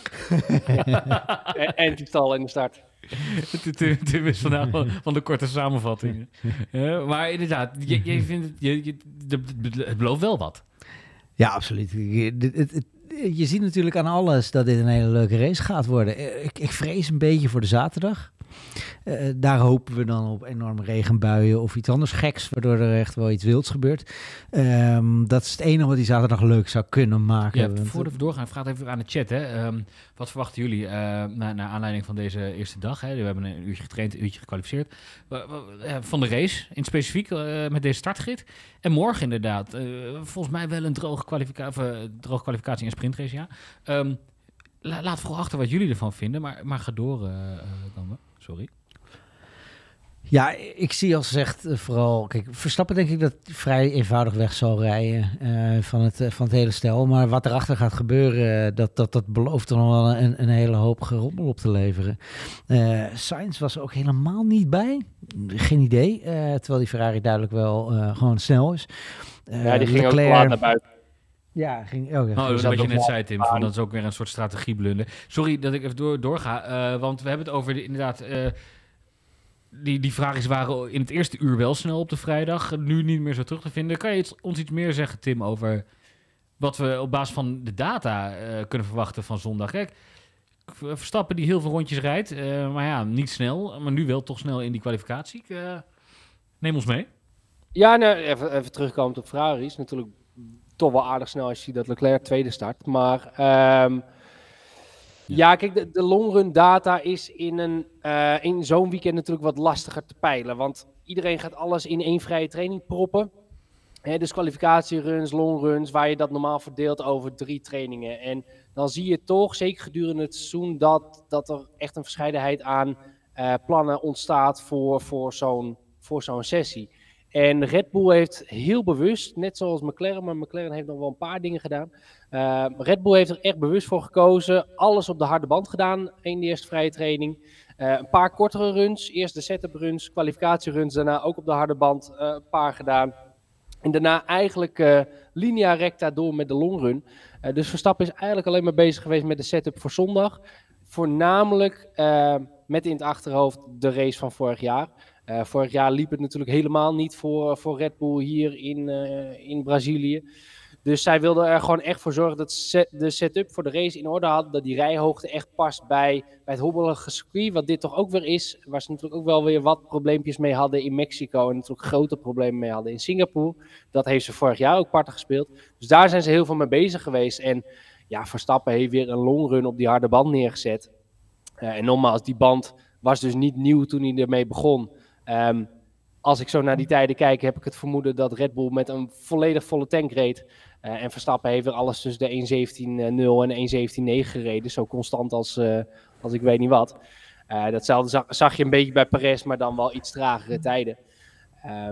Speaker 3: En die stal in de start.
Speaker 1: Tim is vandaag van de korte samenvattingen. Maar inderdaad, jij vindt het belooft wel wat.
Speaker 2: Ja, absoluut. Je ziet natuurlijk aan alles dat dit een hele leuke race gaat worden. Ik vrees een beetje voor de zaterdag. Daar hopen we dan op enorme regenbuien of iets anders geks, waardoor er echt wel iets wilds gebeurt. Dat is het enige wat die zaterdag leuk zou kunnen maken.
Speaker 1: Ja, voordat we doorgaan, vraag even aan de chat. Hè. Wat verwachten jullie naar aanleiding van deze eerste dag? Hè? We hebben een uurtje getraind, een uurtje gekwalificeerd. Van de race, in specifiek met deze startgrid. En morgen inderdaad, volgens mij wel een droge kwalificatie en sprintrace, ja. Laat vooral achter wat jullie ervan vinden, maar ga door dan. Sorry.
Speaker 2: Ja, ik zie als gezegd vooral... Kijk, Verstappen denk ik dat hij vrij eenvoudig weg zal rijden van het hele stel. Maar wat erachter gaat gebeuren, dat belooft er nog wel een hele hoop gerommel op te leveren. Sainz was er ook helemaal niet bij. Geen idee. Terwijl die Ferrari duidelijk wel gewoon snel is.
Speaker 3: Ja, die ging Leclerc ook laat naar buiten.
Speaker 2: Ja, ging
Speaker 1: wat je net zei, Tim, van dat is ook weer een soort strategieblunder. Sorry dat ik even doorga, want we hebben het over inderdaad... Die vraagjes waren in het eerste uur wel snel op de vrijdag, nu niet meer zo terug te vinden. Kan je ons iets meer zeggen, Tim, over wat we op basis van de data kunnen verwachten van zondag? Kijk, Verstappen die heel veel rondjes rijdt, maar ja, niet snel, maar nu wel toch snel in die kwalificatie. Neem ons mee.
Speaker 3: Ja, nou, even terugkomend op Ferrari. Is natuurlijk toch wel aardig snel als je ziet dat Leclerc tweede start. Maar ja, kijk, de longrun data is in zo'n weekend natuurlijk wat lastiger te peilen. Want iedereen gaat alles in één vrije training proppen. Dus kwalificatieruns, longruns, waar je dat normaal verdeelt over 3 trainingen. En dan zie je toch, zeker gedurende het seizoen, dat er echt een verscheidenheid aan plannen ontstaat voor zo'n sessie. En Red Bull heeft heel bewust, net zoals McLaren, maar McLaren heeft nog wel een paar dingen gedaan. Red Bull heeft er echt bewust voor gekozen. Alles op de harde band gedaan in de eerste vrije training. Een paar kortere runs. Eerst de setup runs, kwalificatieruns. Daarna ook op de harde band een paar gedaan. En daarna eigenlijk linea recta door met de longrun. Dus Verstappen is eigenlijk alleen maar bezig geweest met de setup voor zondag. Voornamelijk met in het achterhoofd de race van vorig jaar. Vorig jaar liep het natuurlijk helemaal niet voor Red Bull hier in Brazilië. Dus zij wilden er gewoon echt voor zorgen dat de setup voor de race in orde hadden. Dat die rijhoogte echt past bij het hobbelige circuit. Wat dit toch ook weer is. Waar ze natuurlijk ook wel weer wat probleempjes mee hadden in Mexico. En natuurlijk grote problemen mee hadden in Singapore. Dat heeft ze vorig jaar ook parten gespeeld. Dus daar zijn ze heel veel mee bezig geweest. En ja, Verstappen heeft weer een longrun op die harde band neergezet. En nogmaals, die band was dus niet nieuw toen hij ermee begon. Als ik zo naar die tijden kijk, heb ik het vermoeden dat Red Bull met een volledig volle tank reed. En Verstappen heeft er alles tussen de 1.17.0 en 1.17.9 gereden. Zo constant als ik weet niet wat. Datzelfde zag je een beetje bij Perez, maar dan wel iets tragere tijden.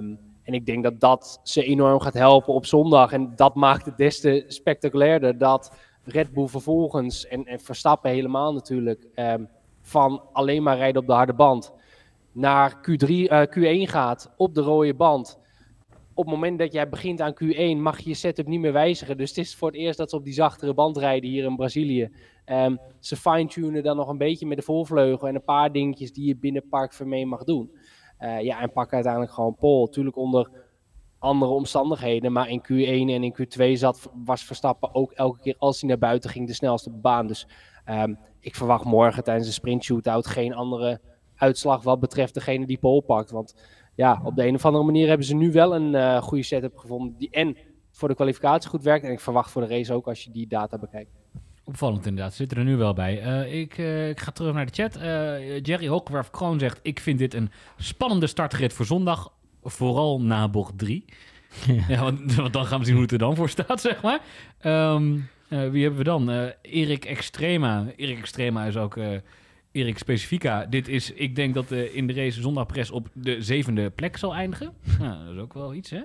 Speaker 3: En ik denk dat dat ze enorm gaat helpen op zondag. En dat maakt het des te spectaculairder dat Red Bull vervolgens, en Verstappen helemaal natuurlijk, van alleen maar rijden op de harde band naar Q1 gaat op de rode band. Op het moment dat jij begint aan Q1 mag je je setup niet meer wijzigen. Dus het is voor het eerst dat ze op die zachtere band rijden hier in Brazilië. Ze fine-tunen dan nog een beetje met de voorvleugel en een paar dingetjes die je binnen Parc Fermé mag doen. En pakken uiteindelijk gewoon pole. Tuurlijk onder andere omstandigheden, maar in Q1 en in Q2 was Verstappen ook elke keer als hij naar buiten ging de snelste op de baan. Dus ik verwacht morgen tijdens de sprint shootout geen andere uitslag wat betreft degene die pole pakt. Want ja, op de een of andere manier hebben ze nu wel een goede setup gevonden die en voor de kwalificatie goed werkt. En ik verwacht voor de race ook als je die data bekijkt.
Speaker 1: Opvallend inderdaad, zit er nu wel bij. Ik ga terug naar de chat. Jerry Hockwerf-Kroon zegt, ik vind dit een spannende startrit voor zondag. Vooral na bocht 3. Ja, want dan gaan we zien hoe het er dan voor staat, zeg maar. Wie hebben we dan? Erik Extrema. Erik Extrema is ook Erik Specifica. Ik denk dat in de race zondagpres op de 7e plek zal eindigen. Nou, dat is ook wel iets, hè?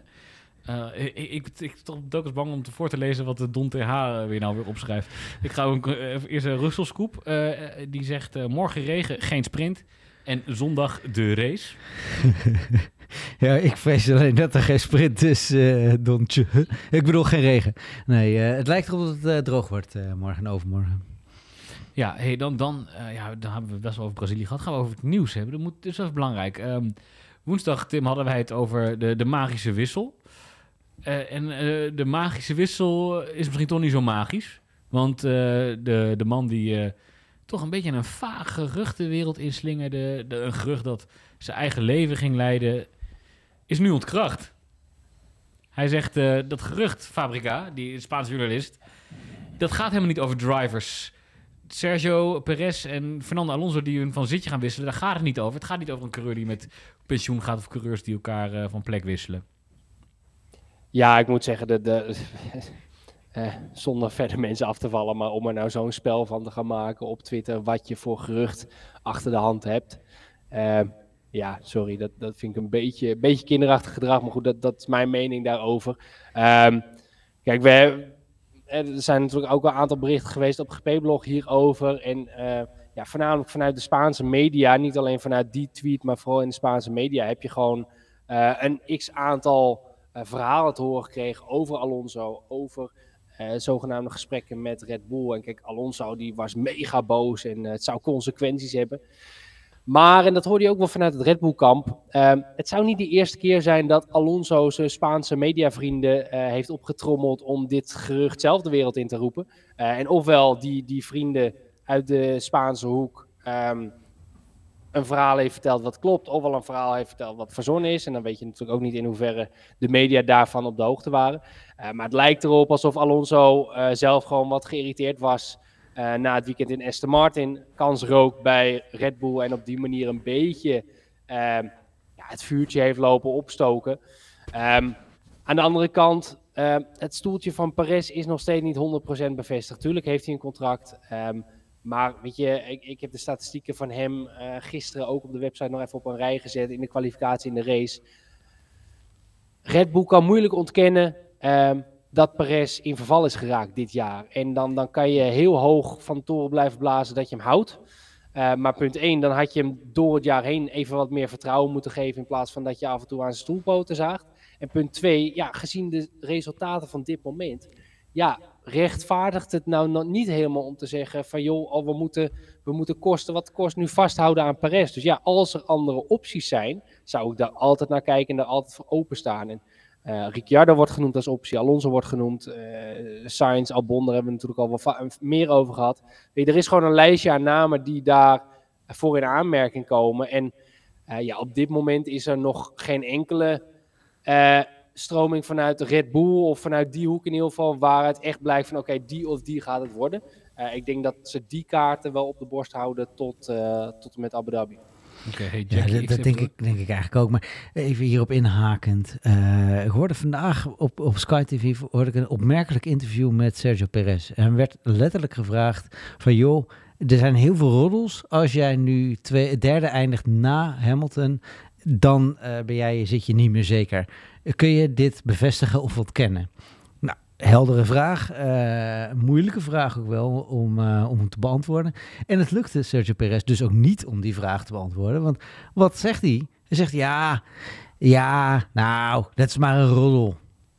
Speaker 1: Ik ben ook eens bang om voor te lezen wat de Don TH weer opschrijft. Ik ga ook eerst een Russell Scoop. Die zegt morgen regen, geen sprint. En zondag de race.
Speaker 2: Ja, ik vrees alleen dat er geen sprint is, Dontje. Ik bedoel geen regen. Nee, het lijkt erop dat het droog wordt morgen en overmorgen.
Speaker 1: Ja, hey, dan hebben we best wel over Brazilië gehad. Gaan we over het nieuws hebben. Dat is wel belangrijk. Woensdag, Tim, hadden wij het over de magische wissel. De magische wissel is misschien toch niet zo magisch. Want de man die toch een beetje een vaag geruchtenwereld inslingerde, een gerucht dat zijn eigen leven ging leiden, is nu ontkracht. Hij zegt, dat gerucht, Fabrica, die Spaanse journalist, dat gaat helemaal niet over drivers. Sergio Perez en Fernando Alonso die hun van zitje gaan wisselen, daar gaat het niet over. Het gaat niet over een coureur die met pensioen gaat of coureurs die elkaar van plek wisselen.
Speaker 3: Ja, ik moet zeggen, zonder verder mensen af te vallen, maar om er nou zo'n spel van te gaan maken op Twitter, wat je voor gerucht achter de hand hebt. Ja, sorry, dat vind ik een beetje kinderachtig gedrag, maar goed, dat is mijn mening daarover. Kijk, er zijn natuurlijk ook een aantal berichten geweest op GP-blog hierover. En voornamelijk vanuit de Spaanse media, niet alleen vanuit die tweet, maar vooral in de Spaanse media heb je gewoon een x-aantal verhalen te horen gekregen over Alonso, over zogenaamde gesprekken met Red Bull. En kijk, Alonso die was mega boos en het zou consequenties hebben. Maar, en dat hoorde je ook wel vanuit het Red Bull-kamp, het zou niet de eerste keer zijn dat Alonso zijn Spaanse mediavrienden heeft opgetrommeld om dit gerucht zelf de wereld in te roepen. En ofwel die vrienden uit de Spaanse hoek een verhaal heeft verteld wat klopt, ofwel een verhaal heeft verteld wat verzonnen is. En dan weet je natuurlijk ook niet in hoeverre de media daarvan op de hoogte waren. Maar het lijkt erop alsof Alonso zelf gewoon wat geïrriteerd was na het weekend in Aston Martin, kans rook bij Red Bull en op die manier een beetje het vuurtje heeft lopen opstoken. Aan de andere kant, het stoeltje van Perez is nog steeds niet 100% bevestigd. Tuurlijk heeft hij een contract, maar weet je, ik heb de statistieken van hem gisteren ook op de website nog even op een rij gezet in de kwalificatie in de race. Red Bull kan moeilijk ontkennen dat Perez in verval is geraakt dit jaar. En dan kan je heel hoog van de toren blijven blazen dat je hem houdt. Maar punt 1, dan had je hem door het jaar heen even wat meer vertrouwen moeten geven in plaats van dat je af en toe aan zijn stoelpoten zaagt. En punt 2, gezien de resultaten van dit moment, rechtvaardigt het nou nog niet helemaal om te zeggen van joh, we moeten kosten wat kost nu vasthouden aan Perez. Dus als er andere opties zijn, zou ik daar altijd naar kijken en daar altijd voor openstaan. En Ricciardo wordt genoemd als optie, Alonso wordt genoemd, Sainz, Albon, daar hebben we natuurlijk al wat meer over gehad. Er is gewoon een lijstje aan namen die daar voor in aanmerking komen. En op dit moment is er nog geen enkele stroming vanuit Red Bull of vanuit die hoek in ieder geval, waar het echt blijkt van oké, die of die gaat het worden. Ik denk dat ze die kaarten wel op de borst houden tot en met Abu Dhabi.
Speaker 1: Okay, hey Jackie,
Speaker 2: dat denk ik eigenlijk ook. Maar even hierop inhakend. Ik hoorde vandaag op Sky TV een opmerkelijk interview met Sergio Perez. En werd letterlijk gevraagd van joh, er zijn heel veel roddels. Als jij nu derde eindigt na Hamilton, dan zit je niet meer zeker. kun je dit bevestigen of ontkennen? Nou, heldere vraag. Moeilijke vraag ook wel om hem te beantwoorden. En het lukte Sergio Perez dus ook niet om die vraag te beantwoorden. Want wat zegt hij? Hij zegt, nou, dat is maar een roddel.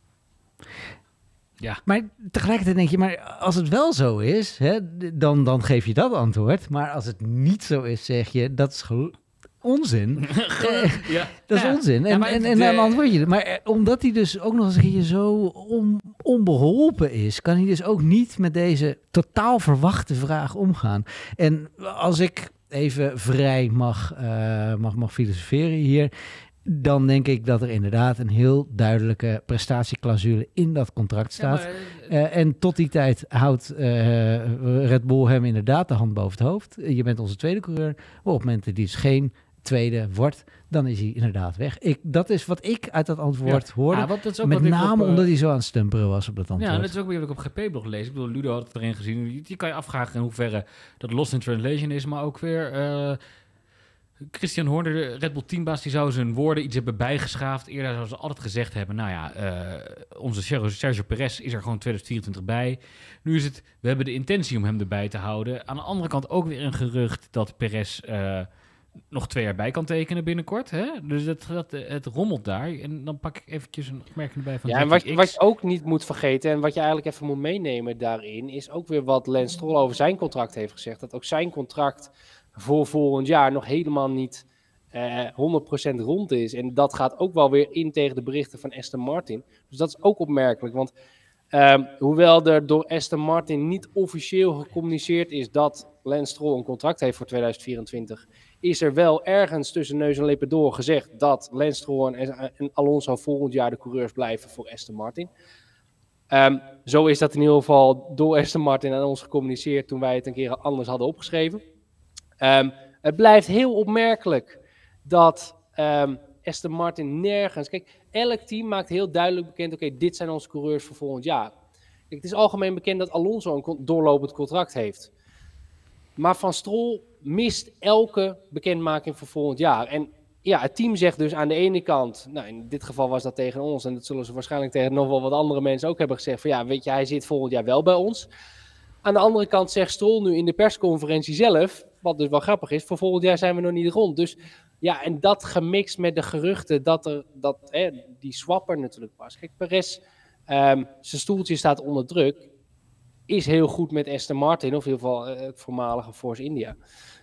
Speaker 1: Ja.
Speaker 2: Maar tegelijkertijd denk je, maar als het wel zo is, hè, dan geef je dat antwoord. Maar als het niet zo is, zeg je, dat is onzin. Dat is onzin. En dan antwoord je. Maar omdat hij dus ook nog eens een keer zo onbeholpen is, kan hij dus ook niet met deze totaal verwachte vraag omgaan. En als ik even vrij mag filosoferen hier, dan denk ik dat er inderdaad een heel duidelijke prestatieclausule in dat contract staat. En tot die tijd houdt Red Bull hem inderdaad de hand boven het hoofd. Je bent onze tweede coureur. Op het moment dat hij dus geen tweede wordt, dan is hij inderdaad weg. Dat is wat ik uit dat antwoord hoorde.
Speaker 1: Ja, dat is ook
Speaker 2: met
Speaker 1: wat
Speaker 2: name omdat hij zo aan het stumperen was op dat antwoord.
Speaker 1: Ja, dat is ook wat ik op GP-blog lees. Ik bedoel, Ludo had het erin gezien. Die kan je afvragen in hoeverre dat lost in translation is, maar ook weer Christian Horner, de Red Bull teambaas, die zou zijn woorden iets hebben bijgeschaafd. Eerder zouden ze altijd gezegd hebben, nou ja, onze Sergio Perez is er gewoon 2024 bij. Nu is het, we hebben de intentie om hem erbij te houden. Aan de andere kant ook weer een gerucht dat Perez nog 2 jaar bij kan tekenen binnenkort. Hè? Dus het rommelt daar. En dan pak ik eventjes een opmerking erbij van
Speaker 3: Ja, en wat je ook niet moet vergeten en wat je eigenlijk even moet meenemen daarin, is ook weer wat Lance Stroll over zijn contract heeft gezegd. Dat ook zijn contract voor volgend jaar nog helemaal niet 100% rond is. En dat gaat ook wel weer in tegen de berichten van Aston Martin. Dus dat is ook opmerkelijk. Want hoewel er door Aston Martin niet officieel gecommuniceerd is dat Lance Stroll een contract heeft voor 2024, is er wel ergens tussen neus en lippen door gezegd dat Lance Stroll en Alonso volgend jaar de coureurs blijven voor Aston Martin. Zo is dat in ieder geval door Aston Martin aan ons gecommuniceerd toen wij het een keer anders hadden opgeschreven. Het blijft heel opmerkelijk dat Aston Martin nergens... Kijk, elk team maakt heel duidelijk bekend, oké, dit zijn onze coureurs voor volgend jaar. Kijk, het is algemeen bekend dat Alonso een doorlopend contract heeft. Maar Van Stroll mist elke bekendmaking voor volgend jaar. En ja, het team zegt dus aan de ene kant, nou in dit geval was dat tegen ons, en dat zullen ze waarschijnlijk tegen nog wel wat andere mensen ook hebben gezegd, van ja, weet je, hij zit volgend jaar wel bij ons. Aan de andere kant zegt Stroll nu in de persconferentie zelf, wat dus wel grappig is, voor volgend jaar zijn we nog niet rond. Dus ja, en dat gemixt met de geruchten die swapper natuurlijk pas. Kijk, Perez, zijn stoeltje staat onder druk, is heel goed met Aston Martin, of in ieder geval het voormalige Force India.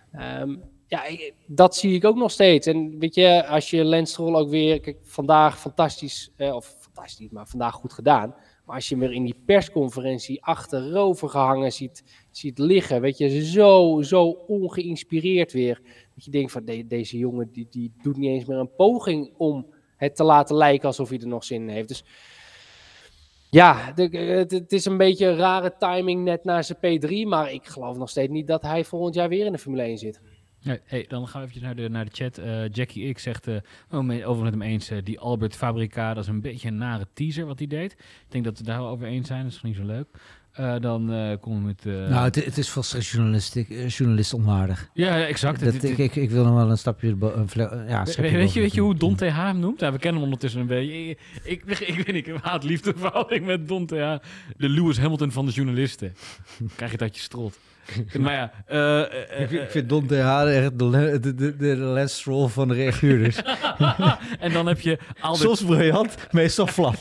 Speaker 3: Dat zie ik ook nog steeds. En weet je, als je Lance Stroll ook weer, kijk, vandaag fantastisch, maar vandaag goed gedaan. Maar als je hem weer in die persconferentie achterover gehangen ziet liggen, weet je, zo ongeïnspireerd weer. Dat je denkt van, deze jongen die doet niet eens meer een poging om het te laten lijken alsof hij er nog zin in heeft. Dus ja, het is een beetje een rare timing net na zijn P3, maar ik geloof nog steeds niet dat hij volgend jaar weer in de Formule 1 zit.
Speaker 1: Hey, dan gaan we even naar de chat. Jackie X zegt, over met hem eens, die Albert Fabrica, dat is een beetje een nare teaser wat hij deed. Ik denk dat we daar wel over eens zijn, dat is niet zo leuk. Dan komen we met...
Speaker 2: Nou, het is volstrekt journalist onwaardig.
Speaker 1: Ja, exact.
Speaker 2: Ik wil nog wel een stapje...
Speaker 1: Weet je hoe Don TH hem noemt? Ja, we kennen hem ondertussen een beetje. Ik weet niet, ik haat liefdeverhouding met Don TH. De Lewis Hamilton van de journalisten. Krijg je dat je strot. Maar ja...
Speaker 2: ik vind Don TH echt de Lance Stroll van de reaguurders.
Speaker 1: En dan heb je...
Speaker 2: Soms briljant, meestal flap.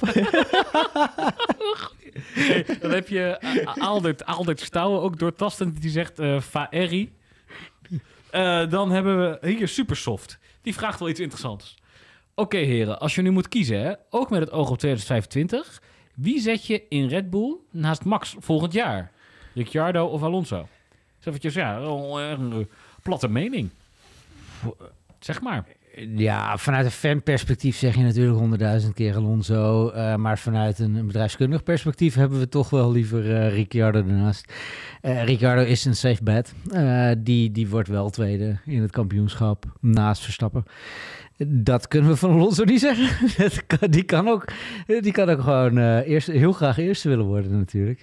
Speaker 1: Hey, dan heb je Aldert Stouwen, ook doortastend, die zegt Faeri. Dan hebben we hier Supersoft. Die vraagt wel iets interessants. Oké, heren, als je nu moet kiezen, hè, ook met het oog op 2025... wie zet je in Red Bull naast Max volgend jaar? Ricciardo of Alonso? Zo eventjes, een platte mening. Zeg maar.
Speaker 2: Ja, vanuit een fanperspectief zeg je natuurlijk 100.000 keer Alonso. Maar vanuit een bedrijfskundig perspectief hebben we toch wel liever Ricciardo ernaast. Ricciardo is een safe bet. Die wordt wel tweede in het kampioenschap naast Verstappen. Dat kunnen we van Alonso niet zeggen. Die kan ook gewoon heel graag eerste willen worden natuurlijk.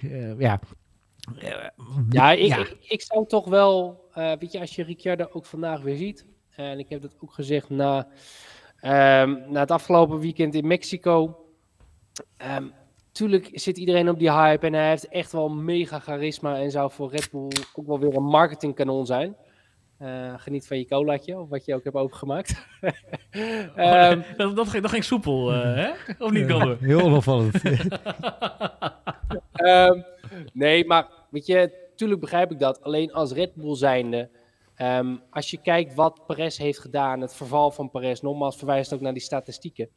Speaker 3: Ik zou toch wel, weet je, als je Ricciardo ook vandaag weer ziet, en ik heb dat ook gezegd na Na het afgelopen weekend in Mexico. Tuurlijk zit iedereen op die hype en hij heeft echt wel mega charisma en zou voor Red Bull ook wel weer een marketingkanon zijn. Geniet van je colaatje, of wat je ook hebt opengemaakt.
Speaker 1: Dat ging soepel, hè? Of niet, Galder?
Speaker 2: Heel onopvallend.
Speaker 3: Nee, maar weet je, tuurlijk begrijp ik dat. Alleen als Red Bull zijnde, als je kijkt wat Perez heeft gedaan, het verval van Perez, nogmaals verwijst ook naar die statistieken.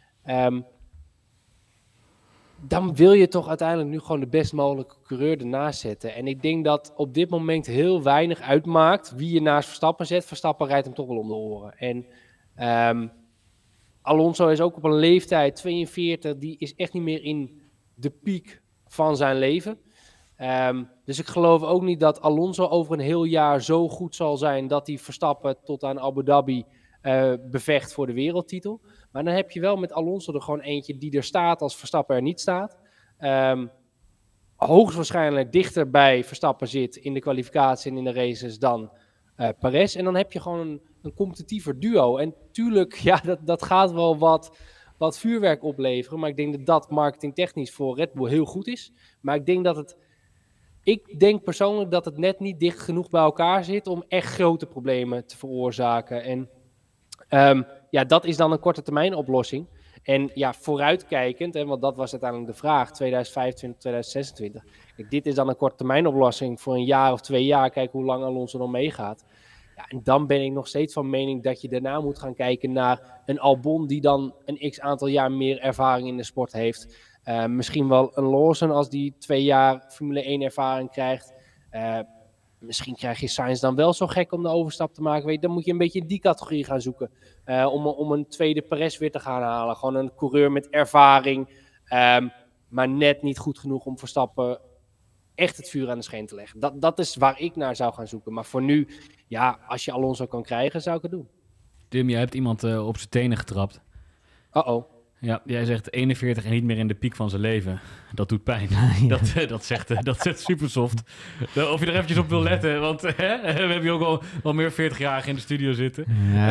Speaker 3: Dan wil je toch uiteindelijk nu gewoon de best mogelijke coureur ernaast zetten. En ik denk dat op dit moment heel weinig uitmaakt wie je naast Verstappen zet. Verstappen rijdt hem toch wel om de oren. En Alonso is ook op een leeftijd, 42, die is echt niet meer in de piek van zijn leven. Dus ik geloof ook niet dat Alonso over een heel jaar zo goed zal zijn dat hij Verstappen tot aan Abu Dhabi bevecht voor de wereldtitel. Maar dan heb je wel met Alonso er gewoon eentje die er staat als Verstappen er niet staat. Hoogstwaarschijnlijk dichter bij Verstappen zit in de kwalificatie en in de races dan Perez. En dan heb je gewoon een competitiever duo. En tuurlijk, ja, dat gaat wel wat vuurwerk opleveren. Maar ik denk dat dat marketingtechnisch voor Red Bull heel goed is. Maar ik denk persoonlijk dat het net niet dicht genoeg bij elkaar zit om echt grote problemen te veroorzaken. En ja, dat is dan een korte termijn oplossing. En ja, vooruitkijkend, hè, want dat was uiteindelijk de vraag, 2025, 2026. Kijk, dit is dan een korte termijn oplossing voor een jaar of 2 jaar. Kijken hoe lang Alonso nog meegaat. Ja, en dan ben ik nog steeds van mening dat je daarna moet gaan kijken naar een Albon die dan een x-aantal jaar meer ervaring in de sport heeft. Misschien wel een Lawson als die 2 jaar Formule 1 ervaring krijgt. Misschien krijg je Sainz dan wel zo gek om de overstap te maken. Weet je, dan moet je een beetje in die categorie gaan zoeken. Om een tweede Perez weer te gaan halen. Gewoon een coureur met ervaring. Maar net niet goed genoeg om Verstappen echt het vuur aan de scheen te leggen. Dat is waar ik naar zou gaan zoeken. Maar voor nu, ja, als je Alonso kan krijgen, zou ik het doen.
Speaker 1: Tim, jij hebt iemand op zijn tenen getrapt.
Speaker 3: Uh-oh.
Speaker 1: Ja, jij zegt 41 en niet meer in de piek van zijn leven. Dat doet pijn.
Speaker 2: Ja.
Speaker 1: Dat zegt Supersoft. Of je er eventjes op wil letten, want we hebben hier ook al meer 40-jarigen in de studio zitten.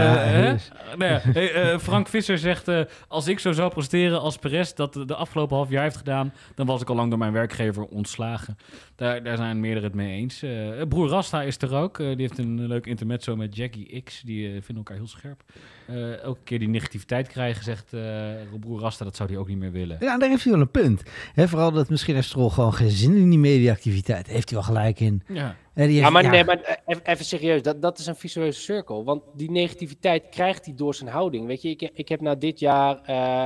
Speaker 1: Frank Visser zegt, als ik zo zou presteren als Perez dat de afgelopen half jaar heeft gedaan, dan was ik al lang door mijn werkgever ontslagen. Daar zijn meerdere het mee eens. Broer Rasta is er ook. Die heeft een leuk intermezzo met Jackie X. Die vinden elkaar heel scherp. Elke keer die negativiteit krijgen, zegt broer Rasta, dat zou hij ook niet meer willen.
Speaker 2: Ja, daar heeft hij wel een punt. Vooral dat misschien heeft Stroll gewoon geen zin in die mediaactiviteit. Heeft hij wel gelijk in.
Speaker 1: Ja.
Speaker 3: Maar even serieus, dat is een visueuze cirkel. Want die negativiteit krijgt hij door zijn houding. Weet je, ik heb dit jaar,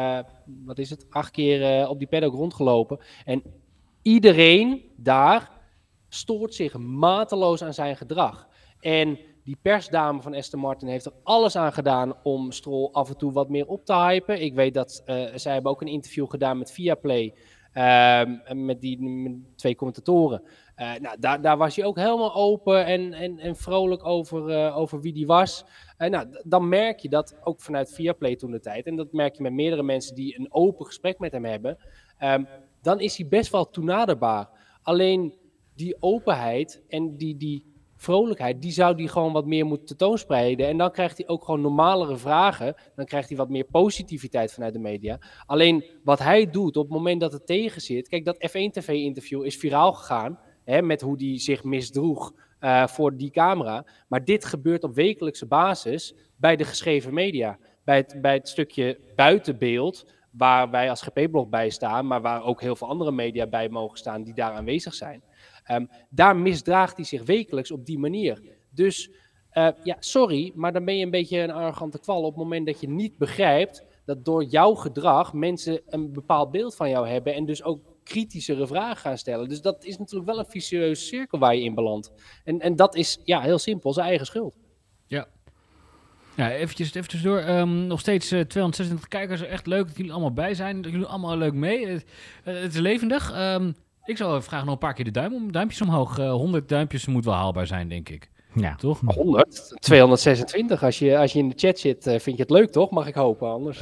Speaker 3: 8 keer op die paddock rondgelopen. En iedereen daar stoort zich mateloos aan zijn gedrag. En die persdame van Aston Martin heeft er alles aan gedaan om Stroll af en toe wat meer op te hypen. Ik weet dat zij hebben ook een interview gedaan met Viaplay. Met 2 commentatoren. Daar was hij ook helemaal open en vrolijk over wie die was. Dan merk je dat ook vanuit Viaplay toen de tijd. En dat merk je met meerdere mensen die een open gesprek met hem hebben. Dan is hij best wel toenaderbaar. Alleen die openheid en die vrolijkheid, die zou die gewoon wat meer moeten tentoonspreiden. En dan krijgt hij ook gewoon normalere vragen. Dan krijgt hij wat meer positiviteit vanuit de media. Alleen wat hij doet op het moment dat het tegen zit. Kijk, dat F1-TV-interview is viraal gegaan. Met hoe hij zich misdroeg voor die camera. Maar dit gebeurt op wekelijkse basis bij de geschreven media. Bij het stukje buitenbeeld, waar wij als GP-blog bij staan, maar waar ook heel veel andere media bij mogen staan die daar aanwezig zijn. Daar misdraagt hij zich wekelijks op die manier. Dus sorry, maar dan ben je een beetje een arrogante kwal op het moment dat je niet begrijpt dat door jouw gedrag mensen een bepaald beeld van jou hebben en dus ook kritischere vragen gaan stellen. Dus dat is natuurlijk wel een vicieuze cirkel waar je in belandt. En dat is heel simpel, zijn eigen schuld. Ja.
Speaker 1: Ja, eventjes door. Nog steeds 226 kijkers. Echt leuk dat jullie allemaal bij zijn. Dat jullie allemaal leuk mee. Het is levendig. Ik zou vragen nog een paar keer de duimpjes omhoog. 100 duimpjes moet wel haalbaar zijn, denk ik.
Speaker 2: Ja.
Speaker 1: Toch?
Speaker 3: 100? 226. Als je in de chat zit, vind je het leuk, toch? Mag ik hopen, anders...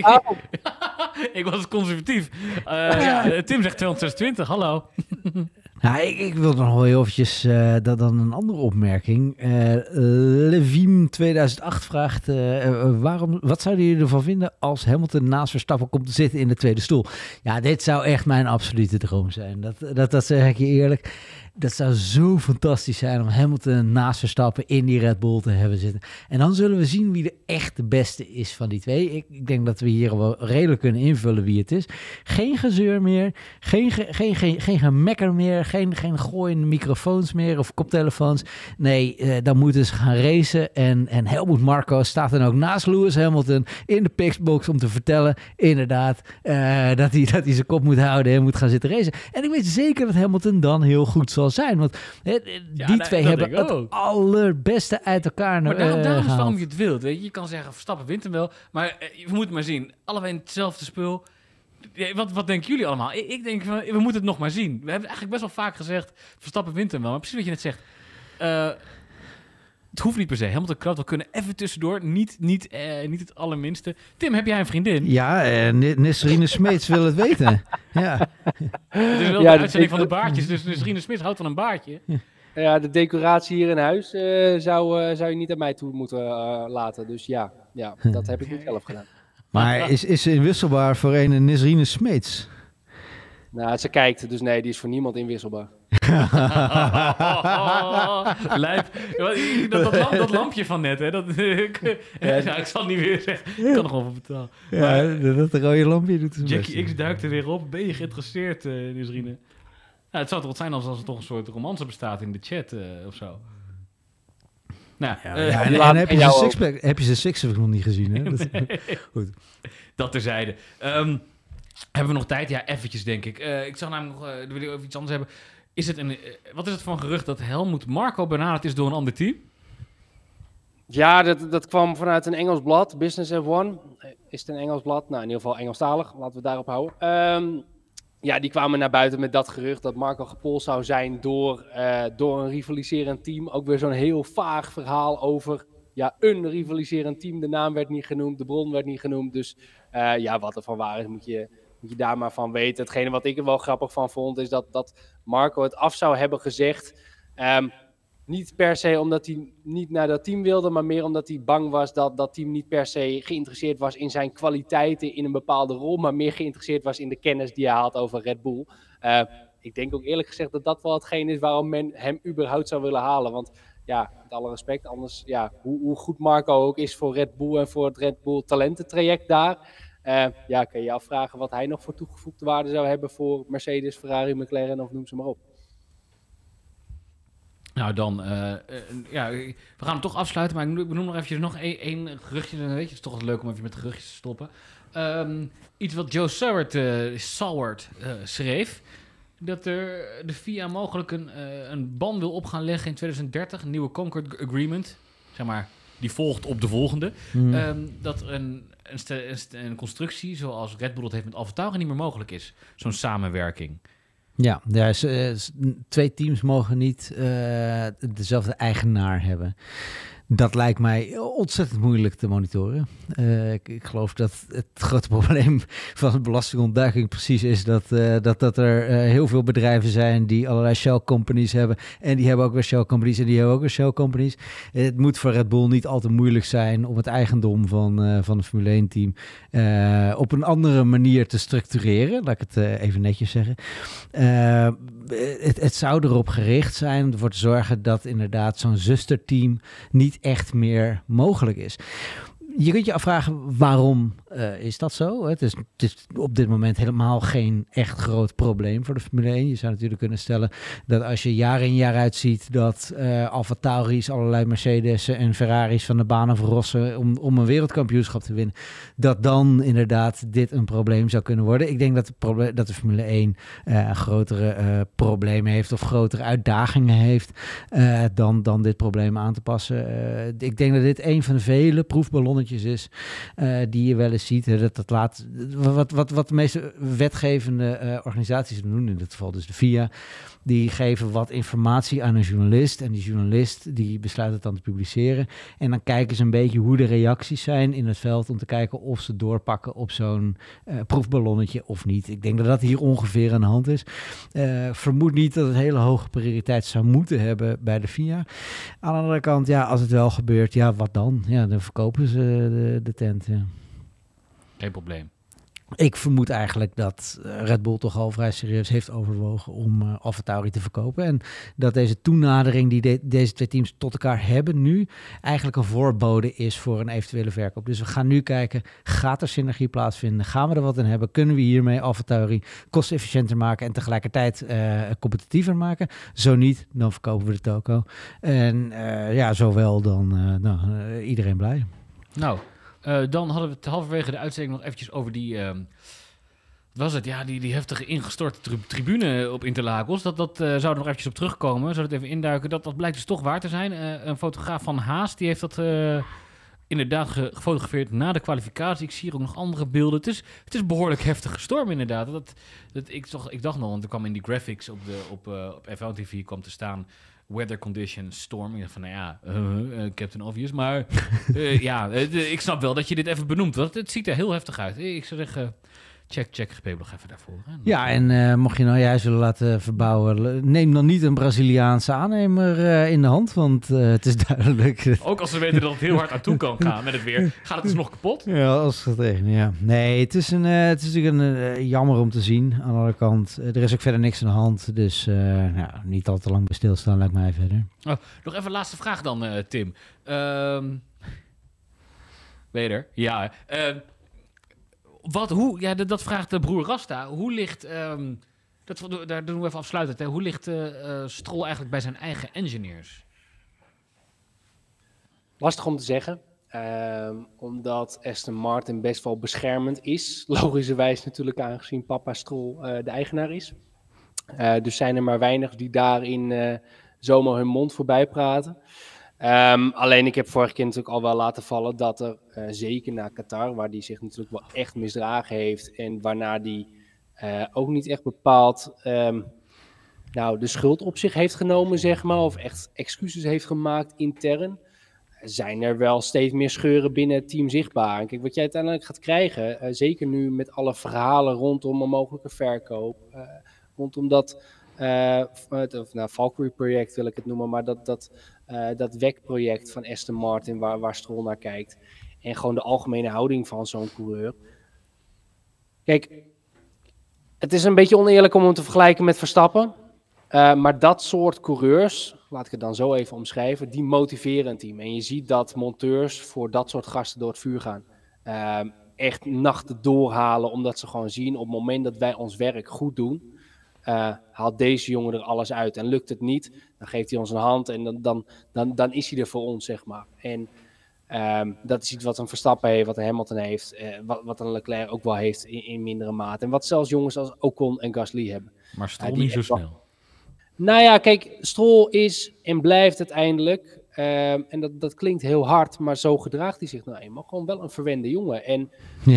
Speaker 1: Ik was conservatief. Tim zegt 226, hallo.
Speaker 2: Nou, ik wil nog wel heel eventjes dan een andere opmerking. Levine 2008 vraagt, wat zouden jullie ervan vinden als Hamilton naast Verstappen komt te zitten in de tweede stoel? Ja, dit zou echt mijn absolute droom zijn. Dat zeg ik je eerlijk. Dat zou zo fantastisch zijn om Hamilton naast Verstappen in die Red Bull te hebben zitten. En dan zullen we zien wie de echt de beste is van die twee. Ik denk dat we hier wel redelijk kunnen invullen wie het is. Geen gezeur meer, geen gemekker meer, geen gooiende microfoons meer of koptelefoons. Nee, dan moeten ze gaan racen. En Helmut Marko staat dan ook naast Lewis Hamilton in de pitbox om te vertellen, inderdaad, dat hij zijn kop moet houden en moet gaan zitten racen. En ik weet zeker dat Hamilton dan heel goed zal zijn. Want die twee hebben het allerbeste uit elkaar
Speaker 1: maar daarom is
Speaker 2: gehaald.
Speaker 1: waarom je het wilt. Weet je? Je kan zeggen, Verstappen wint hem wel. Maar we moeten maar zien. Allebei hetzelfde spul. Wat denken jullie allemaal? Ik denk, we moeten het nog maar zien. We hebben eigenlijk best wel vaak gezegd, Verstappen wint hem wel. Maar precies wat je net zegt. Het hoeft niet per se. Hamilton kan het wel kunnen. Even tussendoor. Niet het allerminste. Tim, heb jij een vriendin?
Speaker 2: Ja, Nesrine Smeets wil het weten. Ja.
Speaker 1: Het is wel de uitzending van de baardjes. Dus Nesrine Smeets houdt van een baardje.
Speaker 3: Ja, de decoratie hier in huis zou je niet aan mij toe moeten laten. Dus ja, dat heb ik niet zelf gedaan.
Speaker 2: Maar is ze inwisselbaar voor een Nesrine Smeets?
Speaker 3: Nou, ze kijkt, dus nee, die is voor niemand inwisselbaar.
Speaker 1: Lijp. Dat lampje van net, hè? Ik zal het niet weer zeggen. Ik kan nog wel voor betalen.
Speaker 2: Ja, dat rode lampje doet het
Speaker 1: Jackie X duikt er weer op. Ben je geïnteresseerd, Nesrine? Nou, het zou toch wat zijn als er toch een soort romance bestaat in de chat of zo. Nou,
Speaker 2: en heb je zijn sixpack nog niet gezien, hè?
Speaker 1: Nee.
Speaker 2: Goed.
Speaker 1: Dat terzijde. Hebben we nog tijd? Ja, eventjes, denk ik. Ik zag namelijk nog, wil ik over iets anders hebben. Wat is het voor een gerucht dat Helmut Marko benaderd is door een ander team?
Speaker 3: Ja, dat kwam vanuit een Engels blad, Business F1. Is het een Engels blad? Nou, in ieder geval Engelstalig. Laten we het daarop houden. Ja, die kwamen naar buiten met dat gerucht dat Marko gepolst zou zijn door een rivaliserend team. Ook weer zo'n heel vaag verhaal over een rivaliserend team. De naam werd niet genoemd, de bron werd niet genoemd. Dus wat er van waar is, moet je daar maar van weten. Hetgene wat ik er wel grappig van vond, is dat Marko het af zou hebben gezegd. Niet per se omdat hij niet naar dat team wilde, maar meer omdat hij bang was dat dat team niet per se geïnteresseerd was in zijn kwaliteiten in een bepaalde rol, maar meer geïnteresseerd was in de kennis die hij had over Red Bull. Ik denk ook eerlijk gezegd dat dat wel hetgeen is waarom men hem überhaupt zou willen halen. Want ja, met alle respect, anders hoe goed Marko ook is voor Red Bull en voor het Red Bull talententraject daar. Kan je je afvragen wat hij nog voor toegevoegde waarde zou hebben voor Mercedes, Ferrari, McLaren of noem ze maar op.
Speaker 1: Nou dan, we gaan hem toch afsluiten, maar ik benoem nog eventjes één geruchtje. Weet je, het is toch wel leuk om even met geruchtjes te stoppen. Iets wat Joe Saward schreef, dat de FIA mogelijk een ban wil op gaan leggen in 2030, een nieuwe Concord Agreement, zeg maar, die volgt op de volgende. Dat een constructie zoals Red Bull dat heeft met AlphaTauri niet meer mogelijk is, zo'n samenwerking.
Speaker 2: Ja, twee teams mogen niet dezelfde eigenaar hebben. Dat lijkt mij ontzettend moeilijk te monitoren. Ik geloof dat het grote probleem van belastingontduiking precies is dat er heel veel bedrijven zijn die allerlei shell companies hebben. En die hebben ook weer shell companies en die hebben ook weer shell companies. Het moet voor Red Bull niet al te moeilijk zijn om het eigendom van het Formule 1 team op een andere manier te structureren. Laat ik het even netjes zeggen. Het zou erop gericht zijn om ervoor te zorgen dat inderdaad zo'n zusterteam niet echt meer mogelijk is. Je kunt je afvragen, waarom is dat zo? Het is op dit moment helemaal geen echt groot probleem voor de Formule 1. Je zou natuurlijk kunnen stellen dat als je jaar in jaar uit ziet dat AlphaTauri's, allerlei Mercedes en Ferraris van de banen verrossen om een wereldkampioenschap te winnen, dat dan inderdaad dit een probleem zou kunnen worden. Ik denk dat de Formule 1 grotere problemen heeft of grotere uitdagingen heeft dan dit probleem aan te passen. Ik denk dat dit een van de vele proefballonnetjes ballonnetjes is, die je wel eens ziet. Dat laat, wat de meeste wetgevende organisaties doen, in dit geval dus de FIA, die geven wat informatie aan een journalist. En die journalist die besluit het dan te publiceren. En dan kijken ze een beetje hoe de reacties zijn in het veld om te kijken of ze doorpakken op zo'n proefballonnetje of niet. Ik denk dat dat hier ongeveer aan de hand is. Vermoed niet dat het hele hoge prioriteit zou moeten hebben bij de FIA. Aan de andere kant, ja, als het wel gebeurt, ja, wat dan? Ja, dan verkopen ze de tent, ja.
Speaker 1: Geen probleem.
Speaker 2: Ik vermoed eigenlijk dat Red Bull toch al vrij serieus heeft overwogen om AlphaTauri te verkopen. En dat deze toenadering die deze twee teams tot elkaar hebben nu eigenlijk een voorbode is voor een eventuele verkoop. Dus we gaan nu kijken, gaat er synergie plaatsvinden? Gaan we er wat in hebben? Kunnen we hiermee AlphaTauri kostenefficiënter maken en tegelijkertijd competitiever maken? Zo niet, dan verkopen we de toko. En ja, zowel dan iedereen blij.
Speaker 1: Nou, dan hadden we het halverwege de uitzending nog eventjes over die... wat was het? Ja, die heftige ingestorte tribune op Interlagos. Dat zou er nog eventjes op terugkomen. Zou het even induiken. Dat blijkt dus toch waar te zijn. Een fotograaf van Haas, die heeft dat inderdaad gefotografeerd na de kwalificatie. Ik zie hier ook nog andere beelden. Het is een behoorlijk heftige storm inderdaad. Ik dacht nog, want er kwam in die graphics op F1 TV kwam te staan... Weather condition, storm. Ik dacht van, nou ja, Captain Obvious. Maar ik snap wel dat je dit even benoemt. Want het ziet er heel heftig uit. Ik zou zeggen, check GP nog even daarvoor. Hè?
Speaker 2: Ja, en mocht je nou juist willen laten verbouwen... neem dan niet een Braziliaanse aannemer in de hand. Want het is duidelijk...
Speaker 1: Ook als ze weten dat het heel hard aan toe kan gaan met het weer. Gaat het dus nog kapot?
Speaker 2: Ja, als het regent, ja. Nee, het is natuurlijk jammer om te zien. Aan de andere kant, er is ook verder niks aan de hand. Dus niet al te lang bij stilstaan, lijkt mij verder.
Speaker 1: Oh, nog even een laatste vraag dan, Tim. Ben je er? Ja. Dat vraagt de broer Rasta. Hoe ligt... daar doen we even afsluitend. Hè. Hoe ligt Stroll eigenlijk bij zijn eigen engineers?
Speaker 3: Lastig om te zeggen. Omdat Aston Martin best wel beschermend is. Logischerwijs natuurlijk aangezien papa Stroll de eigenaar is. Dus zijn er maar weinig die daarin zomaar hun mond voorbij praten. Alleen ik heb vorige keer natuurlijk al wel laten vallen dat er zeker na Qatar, waar die zich natuurlijk wel echt misdragen heeft en waarna die ook niet echt bepaald de schuld op zich heeft genomen, zeg maar, of echt excuses heeft gemaakt intern, zijn er wel steeds meer scheuren binnen het team zichtbaar. En kijk, wat jij uiteindelijk gaat krijgen, zeker nu met alle verhalen rondom een mogelijke verkoop, rondom dat Valkyrie-project wil ik het noemen, maar dat WEC-project van Aston Martin waar Stroll naar kijkt. En gewoon de algemene houding van zo'n coureur. Kijk, het is een beetje oneerlijk om hem te vergelijken met Verstappen. Maar dat soort coureurs, laat ik het dan zo even omschrijven, die motiveren een team. En je ziet dat monteurs voor dat soort gasten door het vuur gaan. Echt nachten doorhalen, omdat ze gewoon zien op het moment dat wij ons werk goed doen, haalt deze jongen er alles uit. En lukt het niet, dan geeft hij ons een hand en dan is hij er voor ons, zeg maar. En dat is iets wat een Verstappen heeft, wat een Hamilton heeft, wat een Leclerc ook wel heeft in mindere mate. En wat zelfs jongens als Ocon en Gasly hebben.
Speaker 1: Maar Stroll niet zo snel.
Speaker 3: Nou ja, kijk, Stroll is en blijft uiteindelijk, en dat klinkt heel hard, maar zo gedraagt hij zich nou eenmaal, gewoon wel een verwende jongen. En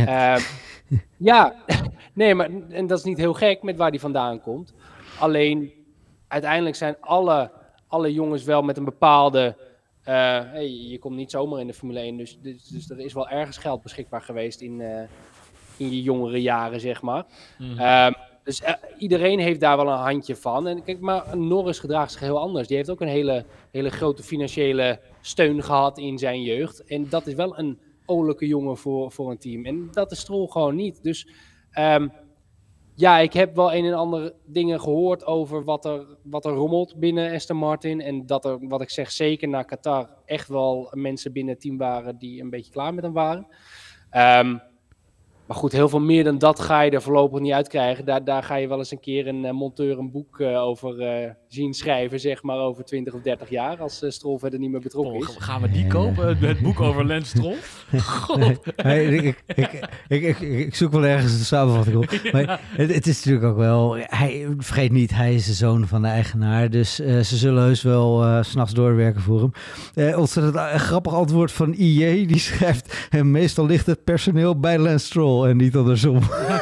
Speaker 3: nee, maar en dat is niet heel gek met waar hij vandaan komt. Alleen, uiteindelijk zijn alle jongens wel met een bepaalde, je komt niet zomaar in de Formule 1, dus er is wel ergens geld beschikbaar geweest in je jongere jaren, zeg maar. Mm-hmm. Dus iedereen heeft daar wel een handje van. En kijk, maar Norris gedraagt zich heel anders. Die heeft ook een hele grote financiële steun gehad in zijn jeugd. En dat is wel een olijke jongen voor een team. En dat is Stroll gewoon niet. Dus ik heb wel een en ander dingen gehoord over wat er rommelt binnen Aston Martin. En dat er, wat ik zeg, zeker na Qatar echt wel mensen binnen het team waren die een beetje klaar met hem waren. Maar goed, heel veel meer dan dat ga je er voorlopig niet uitkrijgen. Daar ga je wel eens een keer een monteur een boek over zien schrijven, zeg maar, over 20 of 30 jaar, als Stroll verder niet meer betrokken is.
Speaker 1: Gaan we die kopen? Het boek over Lance Stroll? God.
Speaker 2: Hey, ik zoek wel ergens de samenvatting op. Maar het is natuurlijk ook wel... vergeet niet, hij is de zoon van de eigenaar. Dus ze zullen heus wel 's nachts doorwerken voor hem. Ontzettend grappig antwoord van IJ. Die schrijft... meestal ligt het personeel bij Lance Stroll en niet andersom.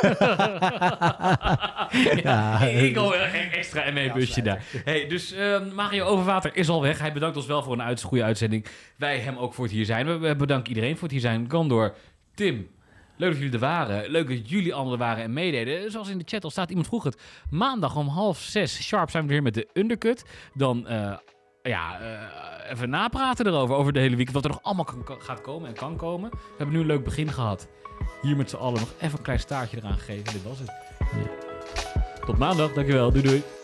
Speaker 1: Ik hoor een extra ME-busje daar. Hey, dus Mario Overwater is al weg. Hij bedankt ons wel voor een goede uitzending. Wij hem ook voor het hier zijn. We bedanken iedereen voor het hier zijn. Gandor, Tim, leuk dat jullie er waren. Leuk dat jullie anderen waren en meededen. Zoals in de chat al staat, iemand vroeg het. Maandag om 5:30 sharp zijn we weer met de Undercut. Dan... even napraten erover, over de hele week. Wat er nog allemaal gaat komen en kan komen. We hebben nu een leuk begin gehad. Hier met z'n allen nog even een klein staartje eraan gegeven. Dit was het. Ja. Tot maandag, dankjewel. Doei doei.